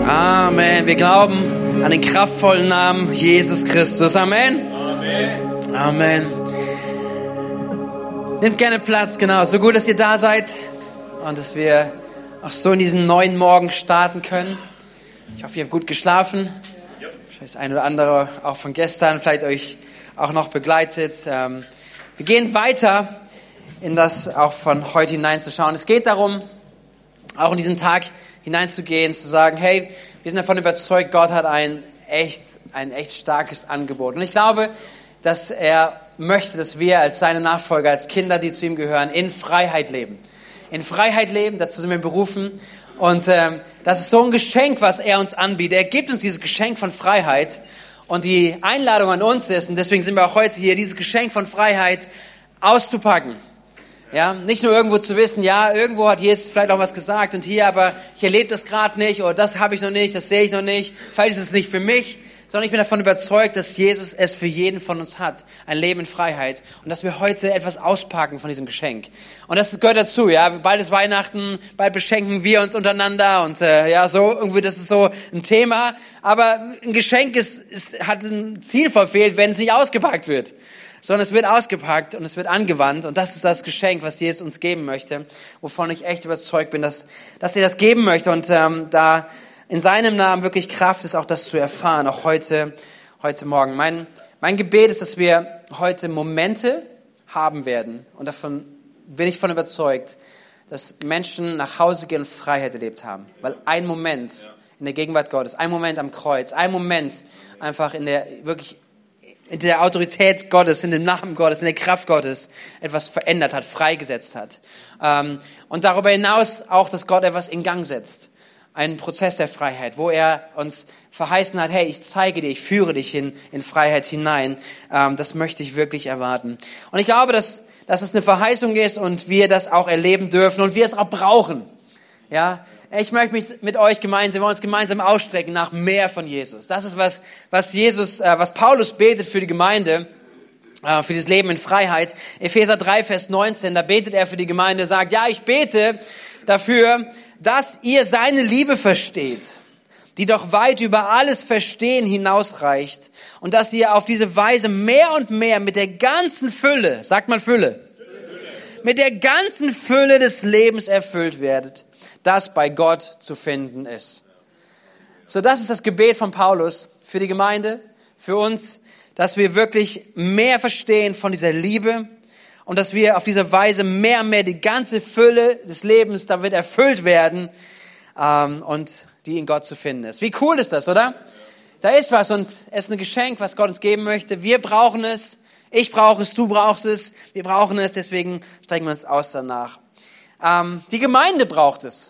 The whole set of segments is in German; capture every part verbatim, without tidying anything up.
Amen. Wir glauben an den kraftvollen Namen Jesus Christus. Amen. Amen. Amen. Nehmt gerne Platz, genau. So gut, dass ihr da seid und dass wir auch so in diesen neuen Morgen starten können. Ich hoffe, ihr habt gut geschlafen. Vielleicht das eine oder andere auch von gestern, vielleicht euch auch noch begleitet. Ähm, wir gehen weiter in das auch von heute hineinzuschauen. Es geht darum, auch in diesen Tag hineinzugehen, zu sagen, hey, wir sind davon überzeugt, Gott hat ein echt, ein echt starkes Angebot. Und ich glaube, dass er möchte, dass wir als seine Nachfolger, als Kinder, die zu ihm gehören, in Freiheit leben. In Freiheit leben, dazu sind wir berufen. Und ähm, das ist so ein Geschenk, was er uns anbietet. Er gibt uns dieses Geschenk von Freiheit. Und die Einladung an uns ist, und deswegen sind wir auch heute hier, dieses Geschenk von Freiheit auszupacken. Ja, nicht nur irgendwo zu wissen, ja, irgendwo hat Jesus vielleicht auch was gesagt und hier, aber ich erlebe das gerade nicht oder das habe ich noch nicht, das sehe ich noch nicht, vielleicht ist es nicht für mich, sondern ich bin davon überzeugt, dass Jesus es für jeden von uns hat, ein Leben in Freiheit und dass wir heute etwas auspacken von diesem Geschenk. Und das gehört dazu, ja, bald ist Weihnachten, bald beschenken wir uns untereinander und äh, ja, so irgendwie, das ist so ein Thema, aber ein Geschenk ist, ist hat ein Ziel verfehlt, wenn es nicht ausgepackt wird. Sondern es wird ausgepackt und es wird angewandt. Und das ist das Geschenk, was Jesus uns geben möchte, wovon ich echt überzeugt bin, dass, dass er das geben möchte. Und ähm, da in seinem Namen wirklich Kraft ist, auch das zu erfahren, auch heute, heute Morgen. Mein, mein Gebet ist, dass wir heute Momente haben werden. Und davon bin ich von überzeugt, dass Menschen nach Hause gehen und Freiheit erlebt haben. Weil ein Moment in der Gegenwart Gottes, ein Moment am Kreuz, ein Moment einfach in der wirklich in der Autorität Gottes, in dem Namen Gottes, in der Kraft Gottes etwas verändert hat, freigesetzt hat. Und darüber hinaus auch, dass Gott etwas in Gang setzt. Einen Prozess der Freiheit, wo er uns verheißen hat, hey, ich zeige dir, ich führe dich in, in Freiheit hinein. Das möchte ich wirklich erwarten. Und ich glaube, dass, dass es eine Verheißung ist und wir das auch erleben dürfen und wir es auch brauchen. Ja, ich möchte mich mit euch gemeinsam, wir wollen uns gemeinsam ausstrecken nach mehr von Jesus. Das ist was, was Jesus, äh, was Paulus betet für die Gemeinde, äh, für das Leben in Freiheit. Epheser drei, Vers neunzehn, da betet er für die Gemeinde, sagt, ja, ich bete dafür, dass ihr seine Liebe versteht, die doch weit über alles Verstehen hinausreicht und dass ihr auf diese Weise mehr und mehr mit der ganzen Fülle, sagt man Fülle, Fülle. mit der ganzen Fülle des Lebens erfüllt werdet, das bei Gott zu finden ist. So, das ist das Gebet von Paulus für die Gemeinde, für uns, dass wir wirklich mehr verstehen von dieser Liebe und dass wir auf diese Weise mehr und mehr die ganze Fülle des Lebens damit erfüllt werden ähm, und die in Gott zu finden ist. Wie cool ist das, oder? Da ist was und es ist ein Geschenk, was Gott uns geben möchte. Wir brauchen es, ich brauche es, du brauchst es, wir brauchen es, deswegen strecken wir uns aus danach. Ähm, die Gemeinde braucht es.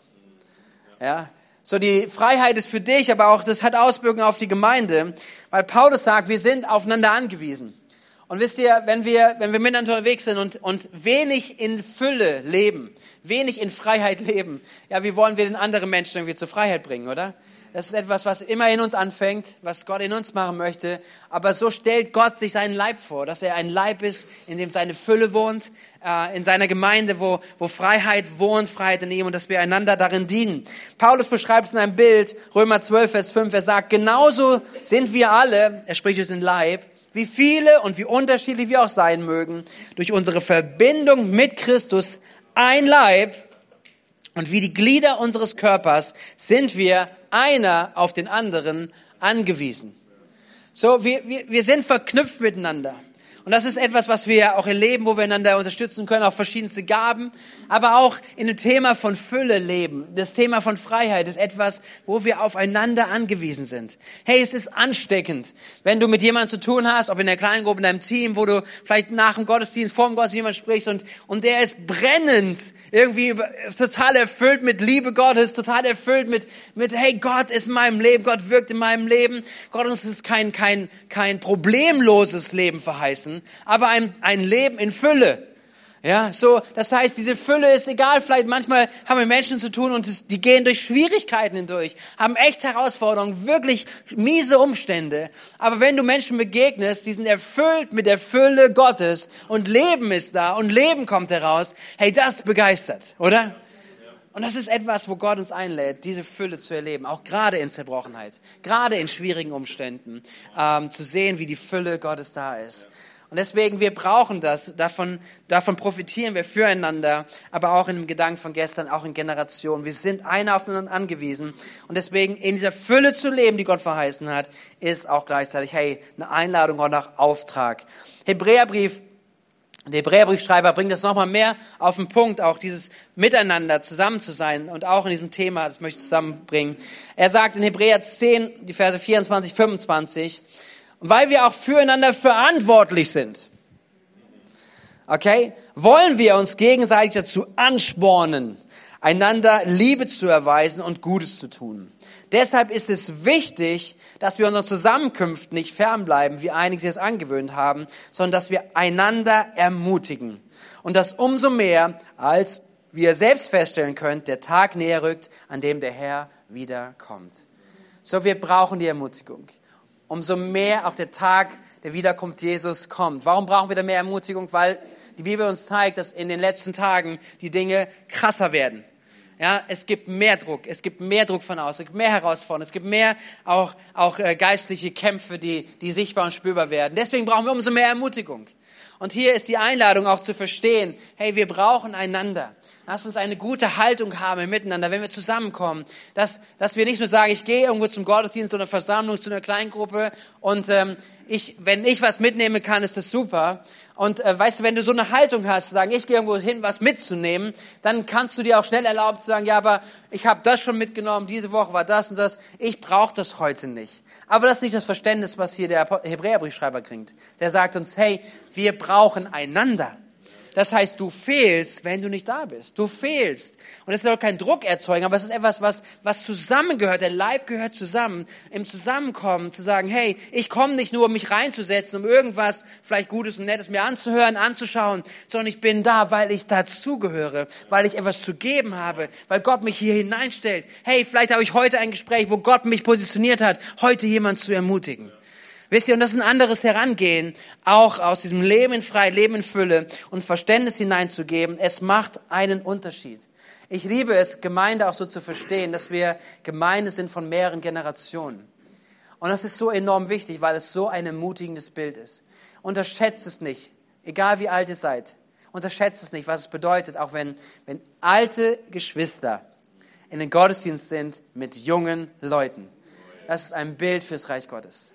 Ja, so die Freiheit ist für dich, aber auch das hat Auswirkungen auf die Gemeinde, weil Paulus sagt, wir sind aufeinander angewiesen. Und wisst ihr, wenn wir wenn wir miteinander unterwegs sind und und wenig in Fülle leben, wenig in Freiheit leben, ja, wie wollen wir den anderen Menschen irgendwie zur Freiheit bringen, oder? Das ist etwas, was immer in uns anfängt, was Gott in uns machen möchte. Aber so stellt Gott sich seinen Leib vor, dass er ein Leib ist, in dem seine Fülle wohnt, äh, in seiner Gemeinde, wo, wo Freiheit wohnt, Freiheit in ihm und dass wir einander darin dienen. Paulus beschreibt es in einem Bild, Römer zwölf, Vers fünf, er sagt, genauso sind wir alle, er spricht durch den Leib, wie viele und wie unterschiedlich wir auch sein mögen, durch unsere Verbindung mit Christus ein Leib. Und wie die Glieder unseres Körpers sind wir einer auf den anderen angewiesen. So, wir, wir, wir sind verknüpft miteinander. Und das ist etwas, was wir auch erleben, wo wir einander unterstützen können, auch verschiedenste Gaben, aber auch in dem Thema von Fülle leben. Das Thema von Freiheit ist etwas, wo wir aufeinander angewiesen sind. Hey, es ist ansteckend, wenn du mit jemandem zu tun hast, ob in der Kleingruppe, in deinem Team, wo du vielleicht nach dem Gottesdienst, vor dem Gottesdienst jemand sprichst und, und der ist brennend, irgendwie über, total erfüllt mit Liebe Gottes, total erfüllt mit, mit, hey, Gott ist in meinem Leben, Gott wirkt in meinem Leben. Gott uns ist kein, kein, kein problemloses Leben verheißen, aber ein, ein Leben in Fülle. Ja, so, das heißt, diese Fülle ist egal, vielleicht manchmal haben wir Menschen zu tun und es, die gehen durch Schwierigkeiten hindurch, haben echt Herausforderungen, wirklich miese Umstände. Aber wenn du Menschen begegnest, die sind erfüllt mit der Fülle Gottes und Leben ist da und Leben kommt heraus, hey, das begeistert, oder? Und das ist etwas, wo Gott uns einlädt, diese Fülle zu erleben, auch gerade in Zerbrochenheit, gerade in schwierigen Umständen, ähm, zu sehen, wie die Fülle Gottes da ist. Und deswegen, wir brauchen das, davon, davon profitieren wir füreinander, aber auch in dem Gedanken von gestern, auch in Generationen. Wir sind einer aufeinander angewiesen und deswegen in dieser Fülle zu leben, die Gott verheißen hat, ist auch gleichzeitig, hey, eine Einladung und auch Auftrag. Hebräerbrief, der Hebräerbriefschreiber bringt das nochmal mehr auf den Punkt, auch dieses Miteinander zusammen zu sein und auch in diesem Thema, das möchte ich zusammenbringen. Er sagt in Hebräer zehn, die Verse vierundzwanzig, fünfundzwanzig, weil wir auch füreinander verantwortlich sind. Okay? Wollen wir uns gegenseitig dazu anspornen, einander Liebe zu erweisen und Gutes zu tun. Deshalb ist es wichtig, dass wir unseren Zusammenkünften nicht fernbleiben, wie einige sich es angewöhnt haben, sondern dass wir einander ermutigen. Und das umso mehr, als wie ihr selbst feststellen könnt, der Tag näher rückt, an dem der Herr wiederkommt. So, wir brauchen die Ermutigung. Umso mehr auch der Tag der Wiederkunft Jesus kommt. Warum brauchen wir da mehr Ermutigung? Weil die Bibel uns zeigt, dass in den letzten Tagen die Dinge krasser werden. Ja, es gibt mehr Druck, es gibt mehr Druck von außen, es gibt mehr Herausforderungen, es gibt mehr auch, auch äh, geistliche Kämpfe, die, die sichtbar und spürbar werden. Deswegen brauchen wir umso mehr Ermutigung. Und hier ist die Einladung auch zu verstehen, hey, wir brauchen einander. Lass uns eine gute Haltung haben miteinander, wenn wir zusammenkommen. Dass, dass wir nicht nur sagen, ich gehe irgendwo zum Gottesdienst oder Versammlung, zu einer Kleingruppe und ähm, ich, wenn ich was mitnehmen kann, ist das super. Und äh, weißt du, wenn du so eine Haltung hast, zu sagen, ich gehe irgendwo hin, was mitzunehmen, dann kannst du dir auch schnell erlauben zu sagen, ja, aber ich habe das schon mitgenommen, diese Woche war das und das, ich brauche das heute nicht. Aber das ist nicht das Verständnis, was hier der Hebräerbriefschreiber kriegt. Der sagt uns, hey, wir brauchen einander. Das heißt, du fehlst, wenn du nicht da bist. Du fehlst. Und es soll kein Druck erzeugen, aber es ist etwas, was, was zusammengehört. Der Leib gehört zusammen. Im Zusammenkommen zu sagen, hey, ich komme nicht nur, um mich reinzusetzen, um irgendwas vielleicht Gutes und Nettes mir anzuhören, anzuschauen, sondern ich bin da, weil ich dazugehöre, weil ich etwas zu geben habe, weil Gott mich hier hineinstellt. Hey, vielleicht habe ich heute ein Gespräch, wo Gott mich positioniert hat, heute jemand zu ermutigen. Wisst ihr, und das ist ein anderes Herangehen, auch aus diesem Leben in Freiheit, Leben in Fülle und Verständnis hineinzugeben. Es macht einen Unterschied. Ich liebe es, Gemeinde auch so zu verstehen, dass wir Gemeinde sind von mehreren Generationen. Und das ist so enorm wichtig, weil es so ein ermutigendes Bild ist. Unterschätzt es nicht, egal wie alt ihr seid. Unterschätzt es nicht, was es bedeutet, auch wenn, wenn alte Geschwister in den Gottesdienst sind mit jungen Leuten. Das ist ein Bild fürs Reich Gottes.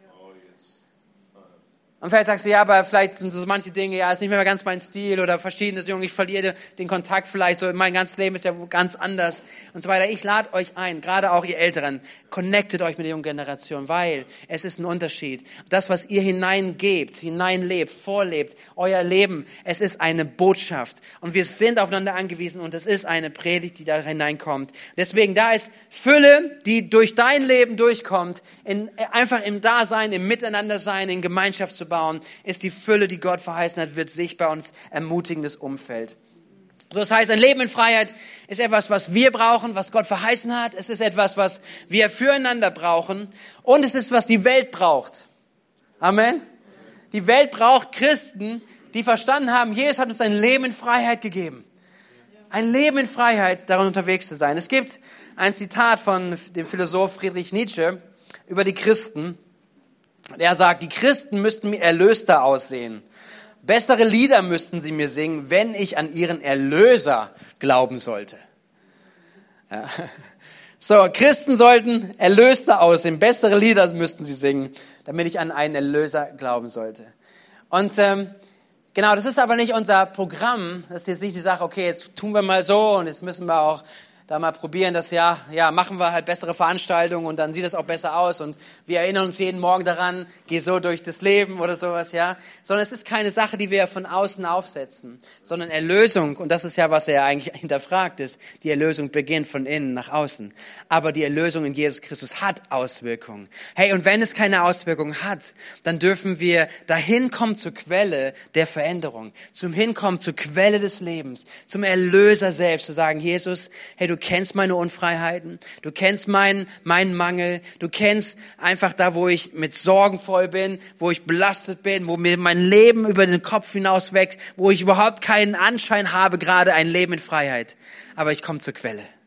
Und vielleicht sagst du, ja, aber vielleicht sind so manche Dinge, ja, ist nicht mehr ganz mein Stil oder verschiedenes, Junge, ich verliere den Kontakt vielleicht, so mein ganzes Leben ist ja ganz anders und so weiter. Ich lade euch ein, gerade auch ihr Älteren, connectet euch mit der jungen Generation, weil es ist ein Unterschied. Das, was ihr hineingebt, hineinlebt, vorlebt, euer Leben, es ist eine Botschaft und wir sind aufeinander angewiesen und es ist eine Predigt, die da hineinkommt. Deswegen, da ist Fülle, die durch dein Leben durchkommt, in, einfach im Dasein, im Miteinandersein, in Gemeinschaft zu bauen, ist die Fülle, die Gott verheißen hat, wird sichtbar und ermutigendes Umfeld. So, das heißt, ein Leben in Freiheit ist etwas, was wir brauchen, was Gott verheißen hat. Es ist etwas, was wir füreinander brauchen und es ist, was die Welt braucht. Amen. Die Welt braucht Christen, die verstanden haben, Jesus hat uns ein Leben in Freiheit gegeben. Ein Leben in Freiheit, darin unterwegs zu sein. Es gibt ein Zitat von dem Philosoph Friedrich Nietzsche über die Christen. Er sagt, die Christen müssten mir erlöster aussehen. Bessere Lieder müssten sie mir singen, wenn ich an ihren Erlöser glauben sollte. Ja. So, Christen sollten erlöster aussehen. Bessere Lieder müssten sie singen, damit ich an einen Erlöser glauben sollte. Und ähm, genau, das ist aber nicht unser Programm. Das ist jetzt nicht die Sache, okay, jetzt tun wir mal so und jetzt müssen wir auch da mal probieren, das ja, ja, machen wir halt bessere Veranstaltungen und dann sieht es auch besser aus und wir erinnern uns jeden Morgen daran, geh so durch das Leben oder sowas, ja. Sondern es ist keine Sache, die wir von außen aufsetzen, sondern Erlösung, und das ist ja, was er eigentlich hinterfragt ist, die Erlösung beginnt von innen nach außen. Aber die Erlösung in Jesus Christus hat Auswirkungen. Hey, und wenn es keine Auswirkungen hat, dann dürfen wir dahin kommen zur Quelle der Veränderung, zum Hinkommen zur Quelle des Lebens, zum Erlöser selbst, zu sagen, Jesus, hey, du Du kennst meine Unfreiheiten, du kennst meinen, meinen Mangel, du kennst einfach da, wo ich mit Sorgen voll bin, wo ich belastet bin, wo mir mein Leben über den Kopf hinaus wächst, wo ich überhaupt keinen Anschein habe, gerade ein Leben in Freiheit. Aber ich komme zur Quelle.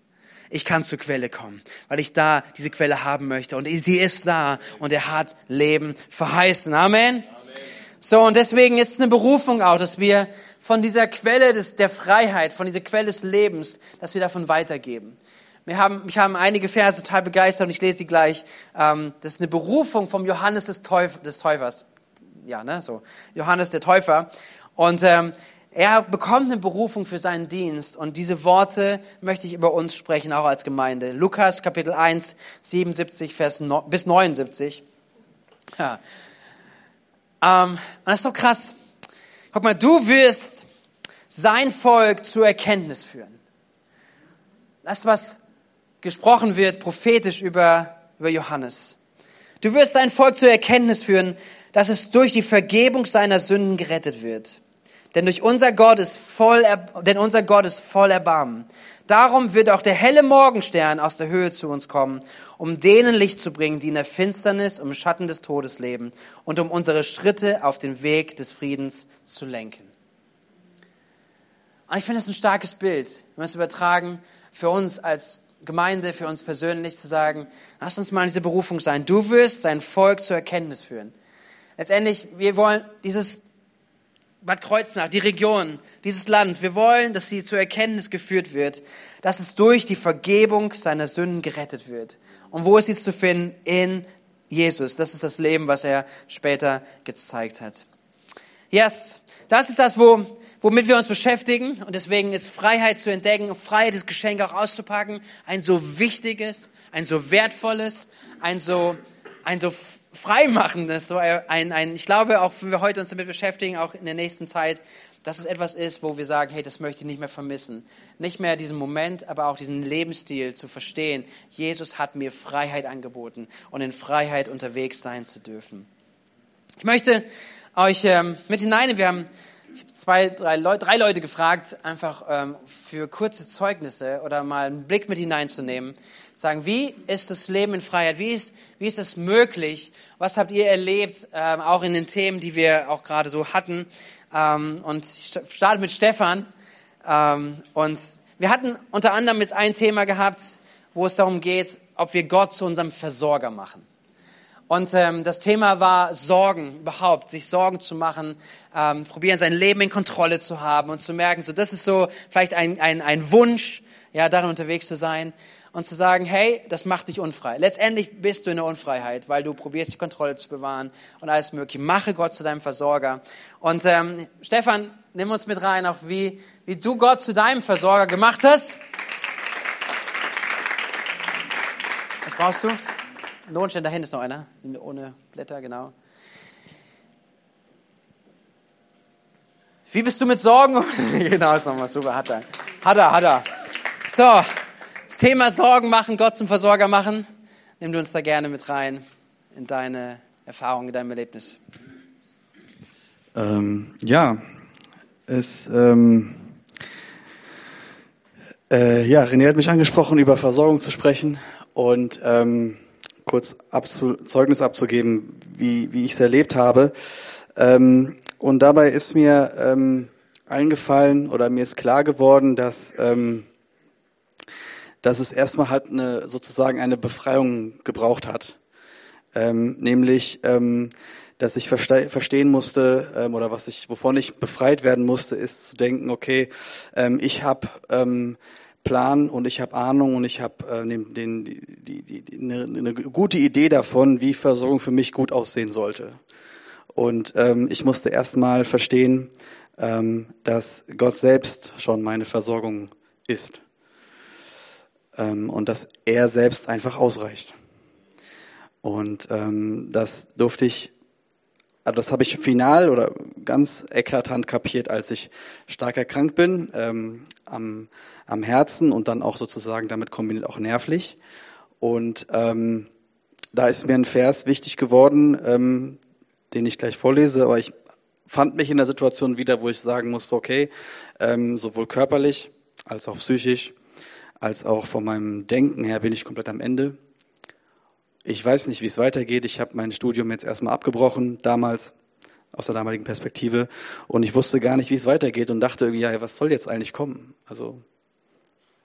ich kann zur Quelle kommen, weil ich da diese Quelle haben möchte. Und sie ist da und er hat Leben verheißen. Amen. Amen. So, und deswegen ist es eine Berufung auch, dass wir von dieser Quelle des, der Freiheit, von dieser Quelle des Lebens, dass wir davon weitergeben. Wir haben, mich haben einige Verse total begeistert und ich lese sie gleich. Ähm, das ist eine Berufung vom Johannes des, Täuf, des Täufers. Ja, ne, so. Johannes der Täufer. Und ähm, er bekommt eine Berufung für seinen Dienst. Und diese Worte möchte ich über uns sprechen, auch als Gemeinde. Lukas Kapitel eins, siebenundsiebzig Vers no, bis neunundsiebzig. Ja. Ähm, und das ist so krass. Guck mal, du wirst sein Volk zur Erkenntnis führen. Das, was gesprochen wird, prophetisch über, über Johannes. Du wirst sein Volk zur Erkenntnis führen, dass es durch die Vergebung seiner Sünden gerettet wird. Denn durch unser Gott ist voll, denn unser Gott ist voll Erbarmen. Darum wird auch der helle Morgenstern aus der Höhe zu uns kommen, um denen Licht zu bringen, die in der Finsternis und im Schatten des Todes leben und um unsere Schritte auf den Weg des Friedens zu lenken. Und ich finde es ein starkes Bild, wenn wir es übertragen, für uns als Gemeinde, für uns persönlich zu sagen, lass uns mal in diese Berufung sein. Du wirst sein Volk zur Erkenntnis führen. Letztendlich, wir wollen dieses Bad Kreuznach, die Region, dieses Land, wir wollen, dass sie zur Erkenntnis geführt wird, dass es durch die Vergebung seiner Sünden gerettet wird. Und wo ist sie zu finden? In Jesus. Das ist das Leben, was er später gezeigt hat. Yes, das ist das, wo, womit wir uns beschäftigen. Und deswegen ist Freiheit zu entdecken, Freiheit, das Geschenk auch auszupacken, ein so wichtiges, ein so wertvolles, ein so, ein so Freimachendes, so ein, ein, ich glaube, auch wenn wir heute uns damit beschäftigen, auch in der nächsten Zeit, dass es etwas ist, wo wir sagen, hey, das möchte ich nicht mehr vermissen. Nicht mehr diesen Moment, aber auch diesen Lebensstil zu verstehen. Jesus hat mir Freiheit angeboten und in Freiheit unterwegs sein zu dürfen. Ich möchte euch ähm, mit hinein, wir haben ich habe zwei, drei Leute, drei Leute gefragt, einfach ähm, für kurze Zeugnisse oder mal einen Blick mit hineinzunehmen. Sagen, wie ist das Leben in Freiheit? Wie ist, wie ist das möglich? Was habt ihr erlebt, ähm, auch in den Themen, die wir auch gerade so hatten? Ähm, und ich starte mit Stefan. Ähm, und wir hatten unter anderem jetzt ein Thema gehabt, wo es darum geht, ob wir Gott zu unserem Versorger machen. Und ähm, das Thema war Sorgen überhaupt, sich Sorgen zu machen, ähm, probieren sein Leben in Kontrolle zu haben und zu merken, so das ist so vielleicht ein ein ein Wunsch, ja, darin unterwegs zu sein und zu sagen, hey, das macht dich unfrei. Letztendlich bist du in der Unfreiheit, weil du probierst die Kontrolle zu bewahren und alles Mögliche. Mache Gott zu deinem Versorger. Und ähm, Stefan, nimm uns mit rein, auch wie wie du Gott zu deinem Versorger gemacht hast. Was brauchst du? Lohnstein, da hinten ist noch einer, ohne Blätter, genau. Wie bist du mit Sorgen? Genau, ist nochmal super, hat er. Hat er, hat er. So, das Thema Sorgen machen, Gott zum Versorger machen. Nimm du uns da gerne mit rein in deine Erfahrung, in deinem Erlebnis. Ähm, ja, es, ähm, äh, ja, René hat mich angesprochen, über Versorgung zu sprechen und, ähm, kurz abzu, Zeugnis abzugeben, wie, wie ich es erlebt habe. Ähm, und dabei ist mir ähm, eingefallen oder mir ist klar geworden, dass, ähm, dass es erstmal halt eine, sozusagen eine Befreiung gebraucht hat. Ähm, nämlich, ähm, dass ich verste- verstehen musste ähm, oder was ich, wovon ich befreit werden musste, ist zu denken, okay, ähm, ich habe ähm, Plan und ich habe Ahnung und ich habe äh, den, den, die, die, die, eine, eine gute Idee davon, wie Versorgung für mich gut aussehen sollte. Und ähm, ich musste erstmal verstehen, ähm, dass Gott selbst schon meine Versorgung ist ähm, und dass er selbst einfach ausreicht. Und ähm, das durfte ich, also das habe ich final oder ganz eklatant kapiert, als ich stark erkrankt bin, ähm, am, am Herzen und dann auch sozusagen damit kombiniert auch nervlich. Und ähm, da ist mir ein Vers wichtig geworden, ähm, den ich gleich vorlese, aber ich fand mich in der Situation wieder, wo ich sagen musste, okay, ähm, sowohl körperlich als auch psychisch, als auch von meinem Denken her bin ich komplett am Ende. Ich weiß nicht, wie es weitergeht. Ich habe mein Studium jetzt erstmal abgebrochen, damals, aus der damaligen Perspektive. Und ich wusste gar nicht, wie es weitergeht und dachte irgendwie, ja, was soll jetzt eigentlich kommen? Also,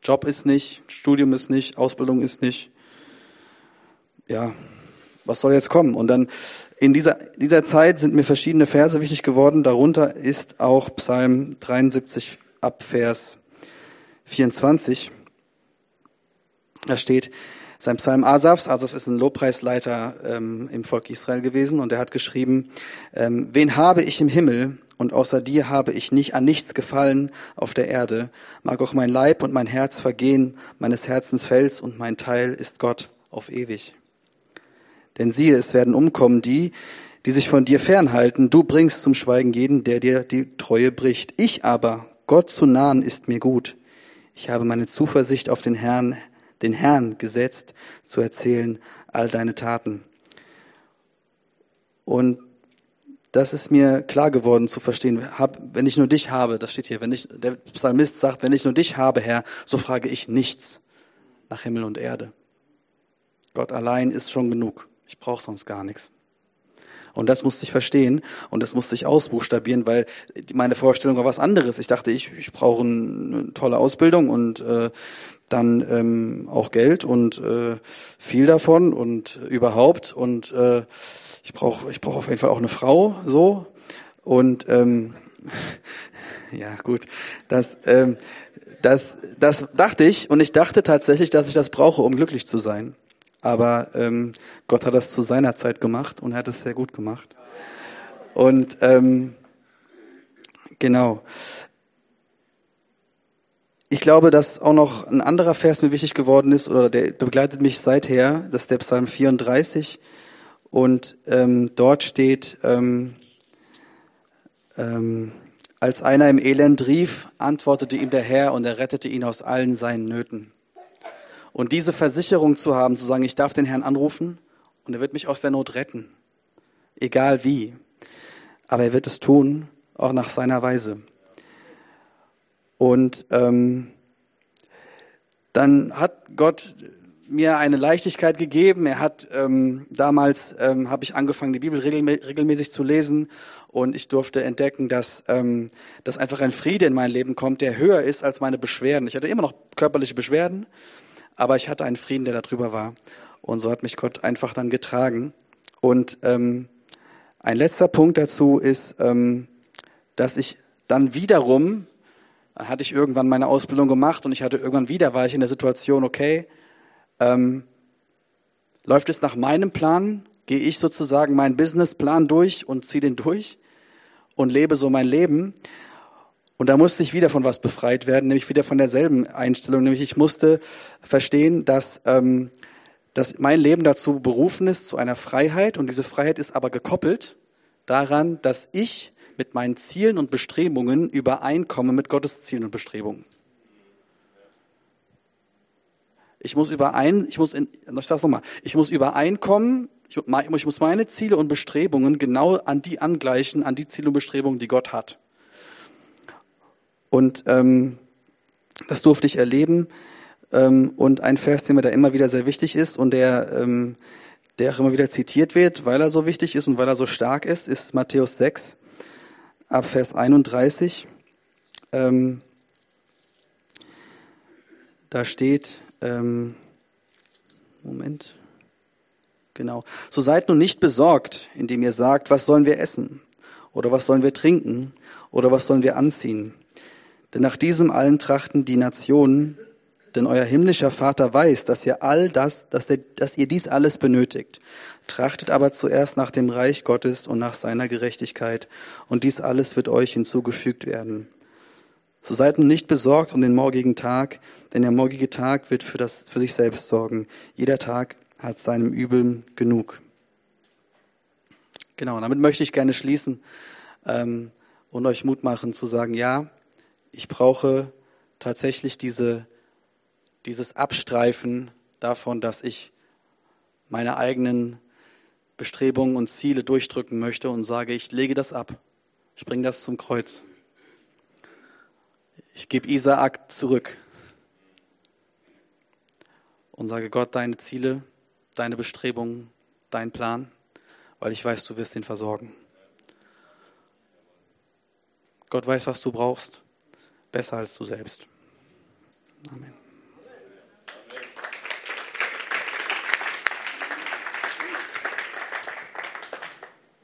Job ist nicht, Studium ist nicht, Ausbildung ist nicht. Ja, was soll jetzt kommen? Und dann in dieser, dieser Zeit sind mir verschiedene Verse wichtig geworden. Darunter ist auch Psalm dreiundsiebzig ab Vers vierundzwanzig. Da steht, sein Psalm Asafs, Asaf ist ein Lobpreisleiter ähm, im Volk Israel gewesen, und er hat geschrieben, ähm, wen habe ich im Himmel und außer dir habe ich nicht an nichts gefallen auf der Erde. Mag auch mein Leib und mein Herz vergehen, meines Herzens Fels und mein Teil ist Gott auf ewig. Denn siehe, es werden umkommen die, die sich von dir fernhalten. Du bringst zum Schweigen jeden, der dir die Treue bricht. Ich aber, Gott zu nahen, ist mir gut. Ich habe meine Zuversicht auf den Herrn, den Herrn gesetzt, zu erzählen all deine Taten. Und das ist mir klar geworden zu verstehen. Hab, wenn ich nur dich habe, das steht hier, wenn ich, der Psalmist sagt, wenn ich nur dich habe, Herr, so frage ich nichts nach Himmel und Erde. Gott allein ist schon genug. Ich brauche sonst gar nichts. Und das musste ich verstehen und das musste ich ausbuchstabieren, weil meine Vorstellung war was anderes. Ich dachte, ich, ich brauche eine tolle Ausbildung und äh, dann ähm, auch Geld und äh, viel davon und überhaupt und äh, ich brauche ich brauche auf jeden Fall auch eine Frau, so, und ähm, ja gut, das ähm, das das dachte ich, und ich dachte tatsächlich, dass ich das brauche, um glücklich zu sein. Aber ähm, Gott hat das zu seiner Zeit gemacht und er hat es sehr gut gemacht. Und ähm, genau. Ich glaube, dass auch noch ein anderer Vers mir wichtig geworden ist, oder der begleitet mich seither, das ist der Psalm vierunddreißig. Und ähm, dort steht, ähm, ähm, als einer im Elend rief, antwortete ihm der Herr und er rettete ihn aus allen seinen Nöten. Und diese Versicherung zu haben, zu sagen, ich darf den Herrn anrufen und er wird mich aus der Not retten, egal wie. Aber er wird es tun, auch nach seiner Weise. Und ähm, dann hat Gott mir eine Leichtigkeit gegeben. Er hat ähm, damals ähm, habe ich angefangen, die Bibel regelmä- regelmäßig zu lesen, und ich durfte entdecken, dass ähm, dass einfach ein Friede in mein Leben kommt, der höher ist als meine Beschwerden. Ich hatte immer noch körperliche Beschwerden, aber ich hatte einen Frieden, der da drüber war. Und so hat mich Gott einfach dann getragen. Und ähm, ein letzter Punkt dazu ist, ähm, dass ich dann wiederum, dann hatte ich irgendwann meine Ausbildung gemacht und ich hatte irgendwann wieder, war ich in der Situation, okay, ähm, läuft es nach meinem Plan? Gehe ich sozusagen meinen Businessplan durch und ziehe den durch und lebe so mein Leben? Und da musste ich wieder von was befreit werden, nämlich wieder von derselben Einstellung. Nämlich ich musste verstehen, dass, ähm, dass mein Leben dazu berufen ist, zu einer Freiheit. Und diese Freiheit ist aber gekoppelt daran, dass ich mit meinen Zielen und Bestrebungen übereinkomme mit Gottes Zielen und Bestrebungen. Ich muss überein, ich muss, in, ich sag's nochmal, ich muss übereinkommen, ich, ich muss meine Ziele und Bestrebungen genau an die angleichen, an die Ziele und Bestrebungen, die Gott hat. Und ähm, das durfte ich erleben. Ähm, und ein Vers, der mir da immer wieder sehr wichtig ist und der, ähm, der auch immer wieder zitiert wird, weil er so wichtig ist und weil er so stark ist, ist Matthäus sechs, ab Vers einunddreißig. Ähm, da steht, ähm, Moment, genau. So seid nun nicht besorgt, indem ihr sagt, was sollen wir essen? Oder was sollen wir trinken? Oder was sollen wir anziehen? Denn nach diesem allen trachten die Nationen, denn euer himmlischer Vater weiß, dass ihr all das, dass, der, dass ihr dies alles benötigt. Trachtet aber zuerst nach dem Reich Gottes und nach seiner Gerechtigkeit, und dies alles wird euch hinzugefügt werden. So seid nun nicht besorgt um den morgigen Tag, denn der morgige Tag wird für, das, für sich selbst sorgen. Jeder Tag hat seinem Übel genug. Genau, damit möchte ich gerne schließen ähm, und euch Mut machen zu sagen, ja, ich brauche tatsächlich diese, dieses Abstreifen davon, dass ich meine eigenen Bestrebungen und Ziele durchdrücken möchte und sage, ich lege das ab. Ich bringe das zum Kreuz. Ich gebe Isaak zurück und sage, Gott, deine Ziele, deine Bestrebungen, dein Plan, weil ich weiß, du wirst ihn versorgen. Gott weiß, was du brauchst. Besser als du selbst. Amen.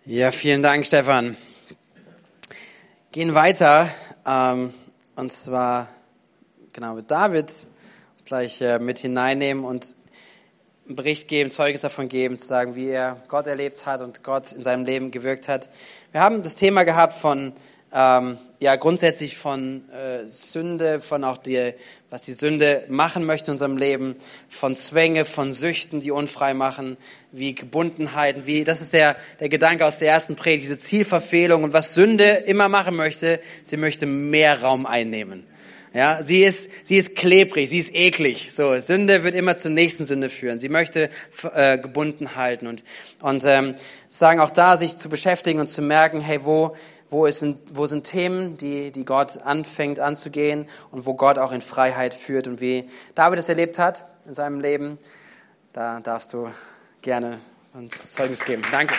Ja, vielen Dank, Stefan. Gehen weiter, ähm, und zwar genau mit David uns gleich äh, mit hineinnehmen und einen Bericht geben, Zeugnis davon geben, zu sagen, wie er Gott erlebt hat und Gott in seinem Leben gewirkt hat. Wir haben das Thema gehabt von Ähm, ja, grundsätzlich von äh, Sünde, von auch die, was die Sünde machen möchte in unserem Leben, von Zwänge, von Süchten, die unfrei machen, wie Gebundenheiten, wie, das ist der, der Gedanke aus der ersten Predigt, diese Zielverfehlung und was Sünde immer machen möchte, sie möchte mehr Raum einnehmen. Ja, sie ist, sie ist klebrig, sie ist eklig. So, Sünde wird immer zur nächsten Sünde führen. Sie möchte äh, gebunden halten und, und, ähm, sagen auch da, sich zu beschäftigen und zu merken, hey, wo, Wo, ist, wo sind Themen, die, die Gott anfängt anzugehen und wo Gott auch in Freiheit führt und wie David es erlebt hat in seinem Leben, da darfst du gerne uns Zeugnis geben. Danke.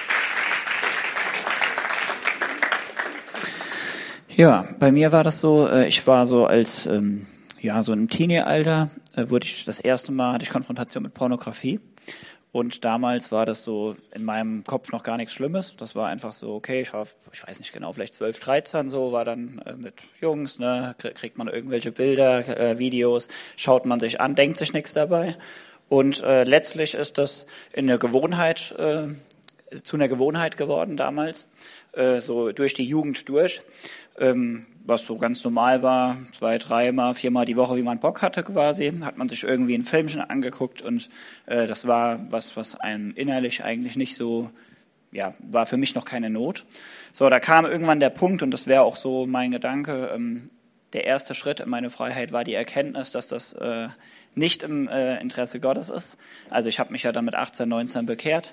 Ja, bei mir war das so, ich war so als, ja, so im Teenie-Alter, wurde ich das erste Mal, hatte ich Konfrontation mit Pornografie. Und damals war das so in meinem Kopf noch gar nichts Schlimmes. Das war einfach so, okay, ich war, ich weiß nicht genau, vielleicht zwölf, dreizehn so, war dann äh, mit Jungs, ne, kriegt man irgendwelche Bilder, äh, Videos, schaut man sich an, denkt sich nichts dabei. Und äh, letztlich ist das in der Gewohnheit, äh, zu einer Gewohnheit geworden damals, äh, so durch die Jugend durch. Ähm, was so ganz normal war, zwei, dreimal, viermal die Woche, wie man Bock hatte quasi, hat man sich irgendwie ein Filmchen angeguckt und äh, das war was, was einem innerlich eigentlich nicht so, ja, war für mich noch keine Not. So, da kam irgendwann der Punkt und das wäre auch so mein Gedanke, ähm, der erste Schritt in meine Freiheit war die Erkenntnis, dass das äh, nicht im äh, Interesse Gottes ist. Also ich habe mich ja dann mit achtzehn, neunzehn bekehrt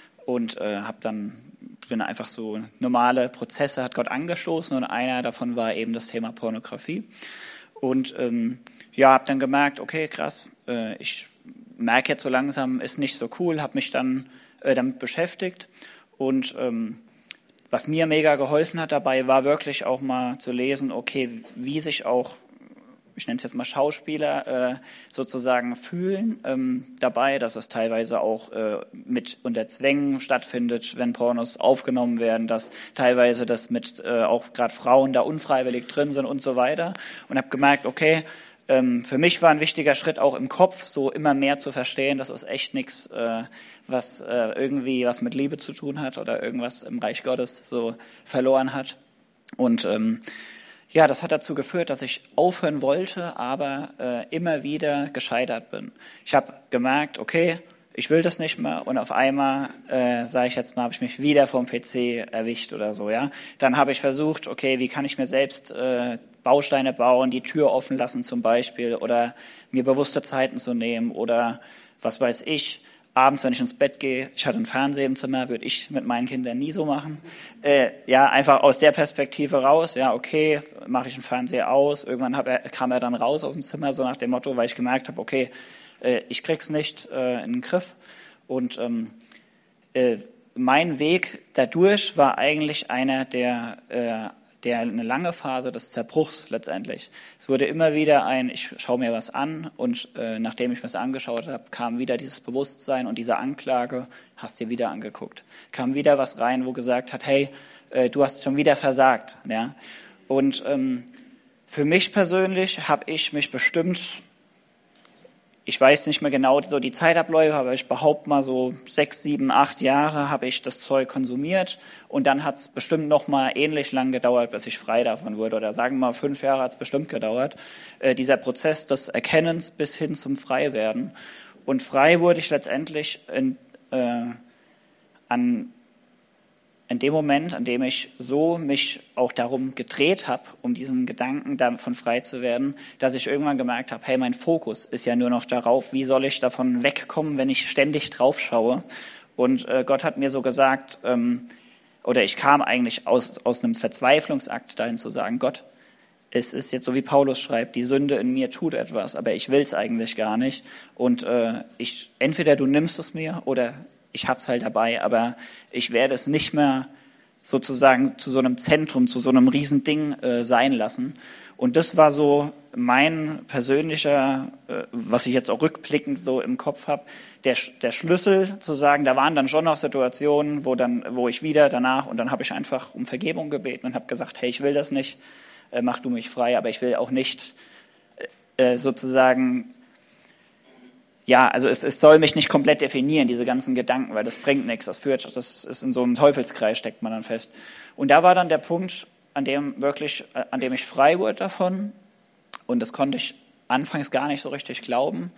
und äh, habe dann bin einfach so normale Prozesse hat Gott angestoßen und einer davon war eben das Thema Pornografie. Und ähm, ja, habe dann gemerkt, okay, krass, äh, ich merke jetzt so langsam, ist nicht so cool, habe mich dann äh, damit beschäftigt. Und ähm, was mir mega geholfen hat dabei, war wirklich auch mal zu lesen, okay, wie sich auch, ich nenne es jetzt mal Schauspieler, äh, sozusagen fühlen ähm, dabei, dass es teilweise auch äh, mit unter Zwängen stattfindet, wenn Pornos aufgenommen werden, dass teilweise das mit äh, auch gerade Frauen da unfreiwillig drin sind und so weiter. Und habe gemerkt, okay, ähm, für mich war ein wichtiger Schritt auch im Kopf, so immer mehr zu verstehen, das ist echt nichts, äh, was äh, irgendwie was mit Liebe zu tun hat oder irgendwas im Reich Gottes so verloren hat. Und ähm, ja, das hat dazu geführt, dass ich aufhören wollte, aber äh, immer wieder gescheitert bin. Ich habe gemerkt, okay, ich will das nicht mehr und auf einmal, äh, sage ich jetzt mal, habe ich mich wieder vom P C erwischt oder so, ja. Dann habe ich versucht, okay, wie kann ich mir selbst äh, Bausteine bauen, die Tür offen lassen zum Beispiel oder mir bewusste Zeiten zu nehmen oder was weiß ich. Abends, wenn ich ins Bett gehe, ich hatte einen Fernseher im Zimmer, würde ich mit meinen Kindern nie so machen. Äh, ja, einfach aus der Perspektive raus. Ja, okay, mache ich den Fernseher aus. Irgendwann hab er, kam er dann raus aus dem Zimmer, so nach dem Motto, weil ich gemerkt habe, okay, äh, ich krieg's nicht äh, in den Griff. Und ähm, äh, mein Weg dadurch war eigentlich einer der äh, der eine lange Phase des Zerbruchs letztendlich. Es wurde immer wieder ein, ich schaue mir was an und äh, nachdem ich mir das angeschaut habe, kam wieder dieses Bewusstsein und diese Anklage, hast dir wieder angeguckt. Kam wieder was rein, wo gesagt hat, hey, äh, du hast schon wieder versagt. Ja? Und ähm, für mich persönlich habe ich mich bestimmt, ich weiß nicht mehr genau so die Zeitabläufe, aber ich behaupte mal so sechs, sieben, acht Jahre habe ich das Zeug konsumiert und dann hat es bestimmt noch mal ähnlich lang gedauert, bis ich frei davon wurde oder sagen wir mal fünf Jahre hat es bestimmt gedauert. Äh, dieser Prozess des Erkennens bis hin zum Freiwerden. Und frei wurde ich letztendlich in, äh, an in dem Moment, an dem ich so mich auch darum gedreht habe, um diesen Gedanken davon frei zu werden, dass ich irgendwann gemerkt habe, hey, mein Fokus ist ja nur noch darauf, wie soll ich davon wegkommen, wenn ich ständig drauf schaue. Und äh, Gott hat mir so gesagt, ähm, oder ich kam eigentlich aus, aus einem Verzweiflungsakt dahin zu sagen, Gott, es ist jetzt so, wie Paulus schreibt, die Sünde in mir tut etwas, aber ich will es eigentlich gar nicht. Und äh, ich entweder du nimmst es mir oder ich hab's halt dabei, aber ich werde es nicht mehr sozusagen zu so einem Zentrum, zu so einem Riesending äh, sein lassen. Und das war so mein persönlicher, äh, was ich jetzt auch rückblickend so im Kopf habe, der, der Schlüssel zu sagen, da waren dann schon noch Situationen, wo dann, wo ich wieder danach, und dann habe ich einfach um Vergebung gebeten und habe gesagt, hey, ich will das nicht, äh, mach du mich frei, aber ich will auch nicht äh, sozusagen, ja, also es, es soll mich nicht komplett definieren, diese ganzen Gedanken, weil das bringt nichts, das führt, das ist in so einem Teufelskreis, steckt man dann fest. Und da war dann der Punkt, an dem wirklich, an dem ich frei wurde davon, und das konnte ich anfangs gar nicht so richtig glauben.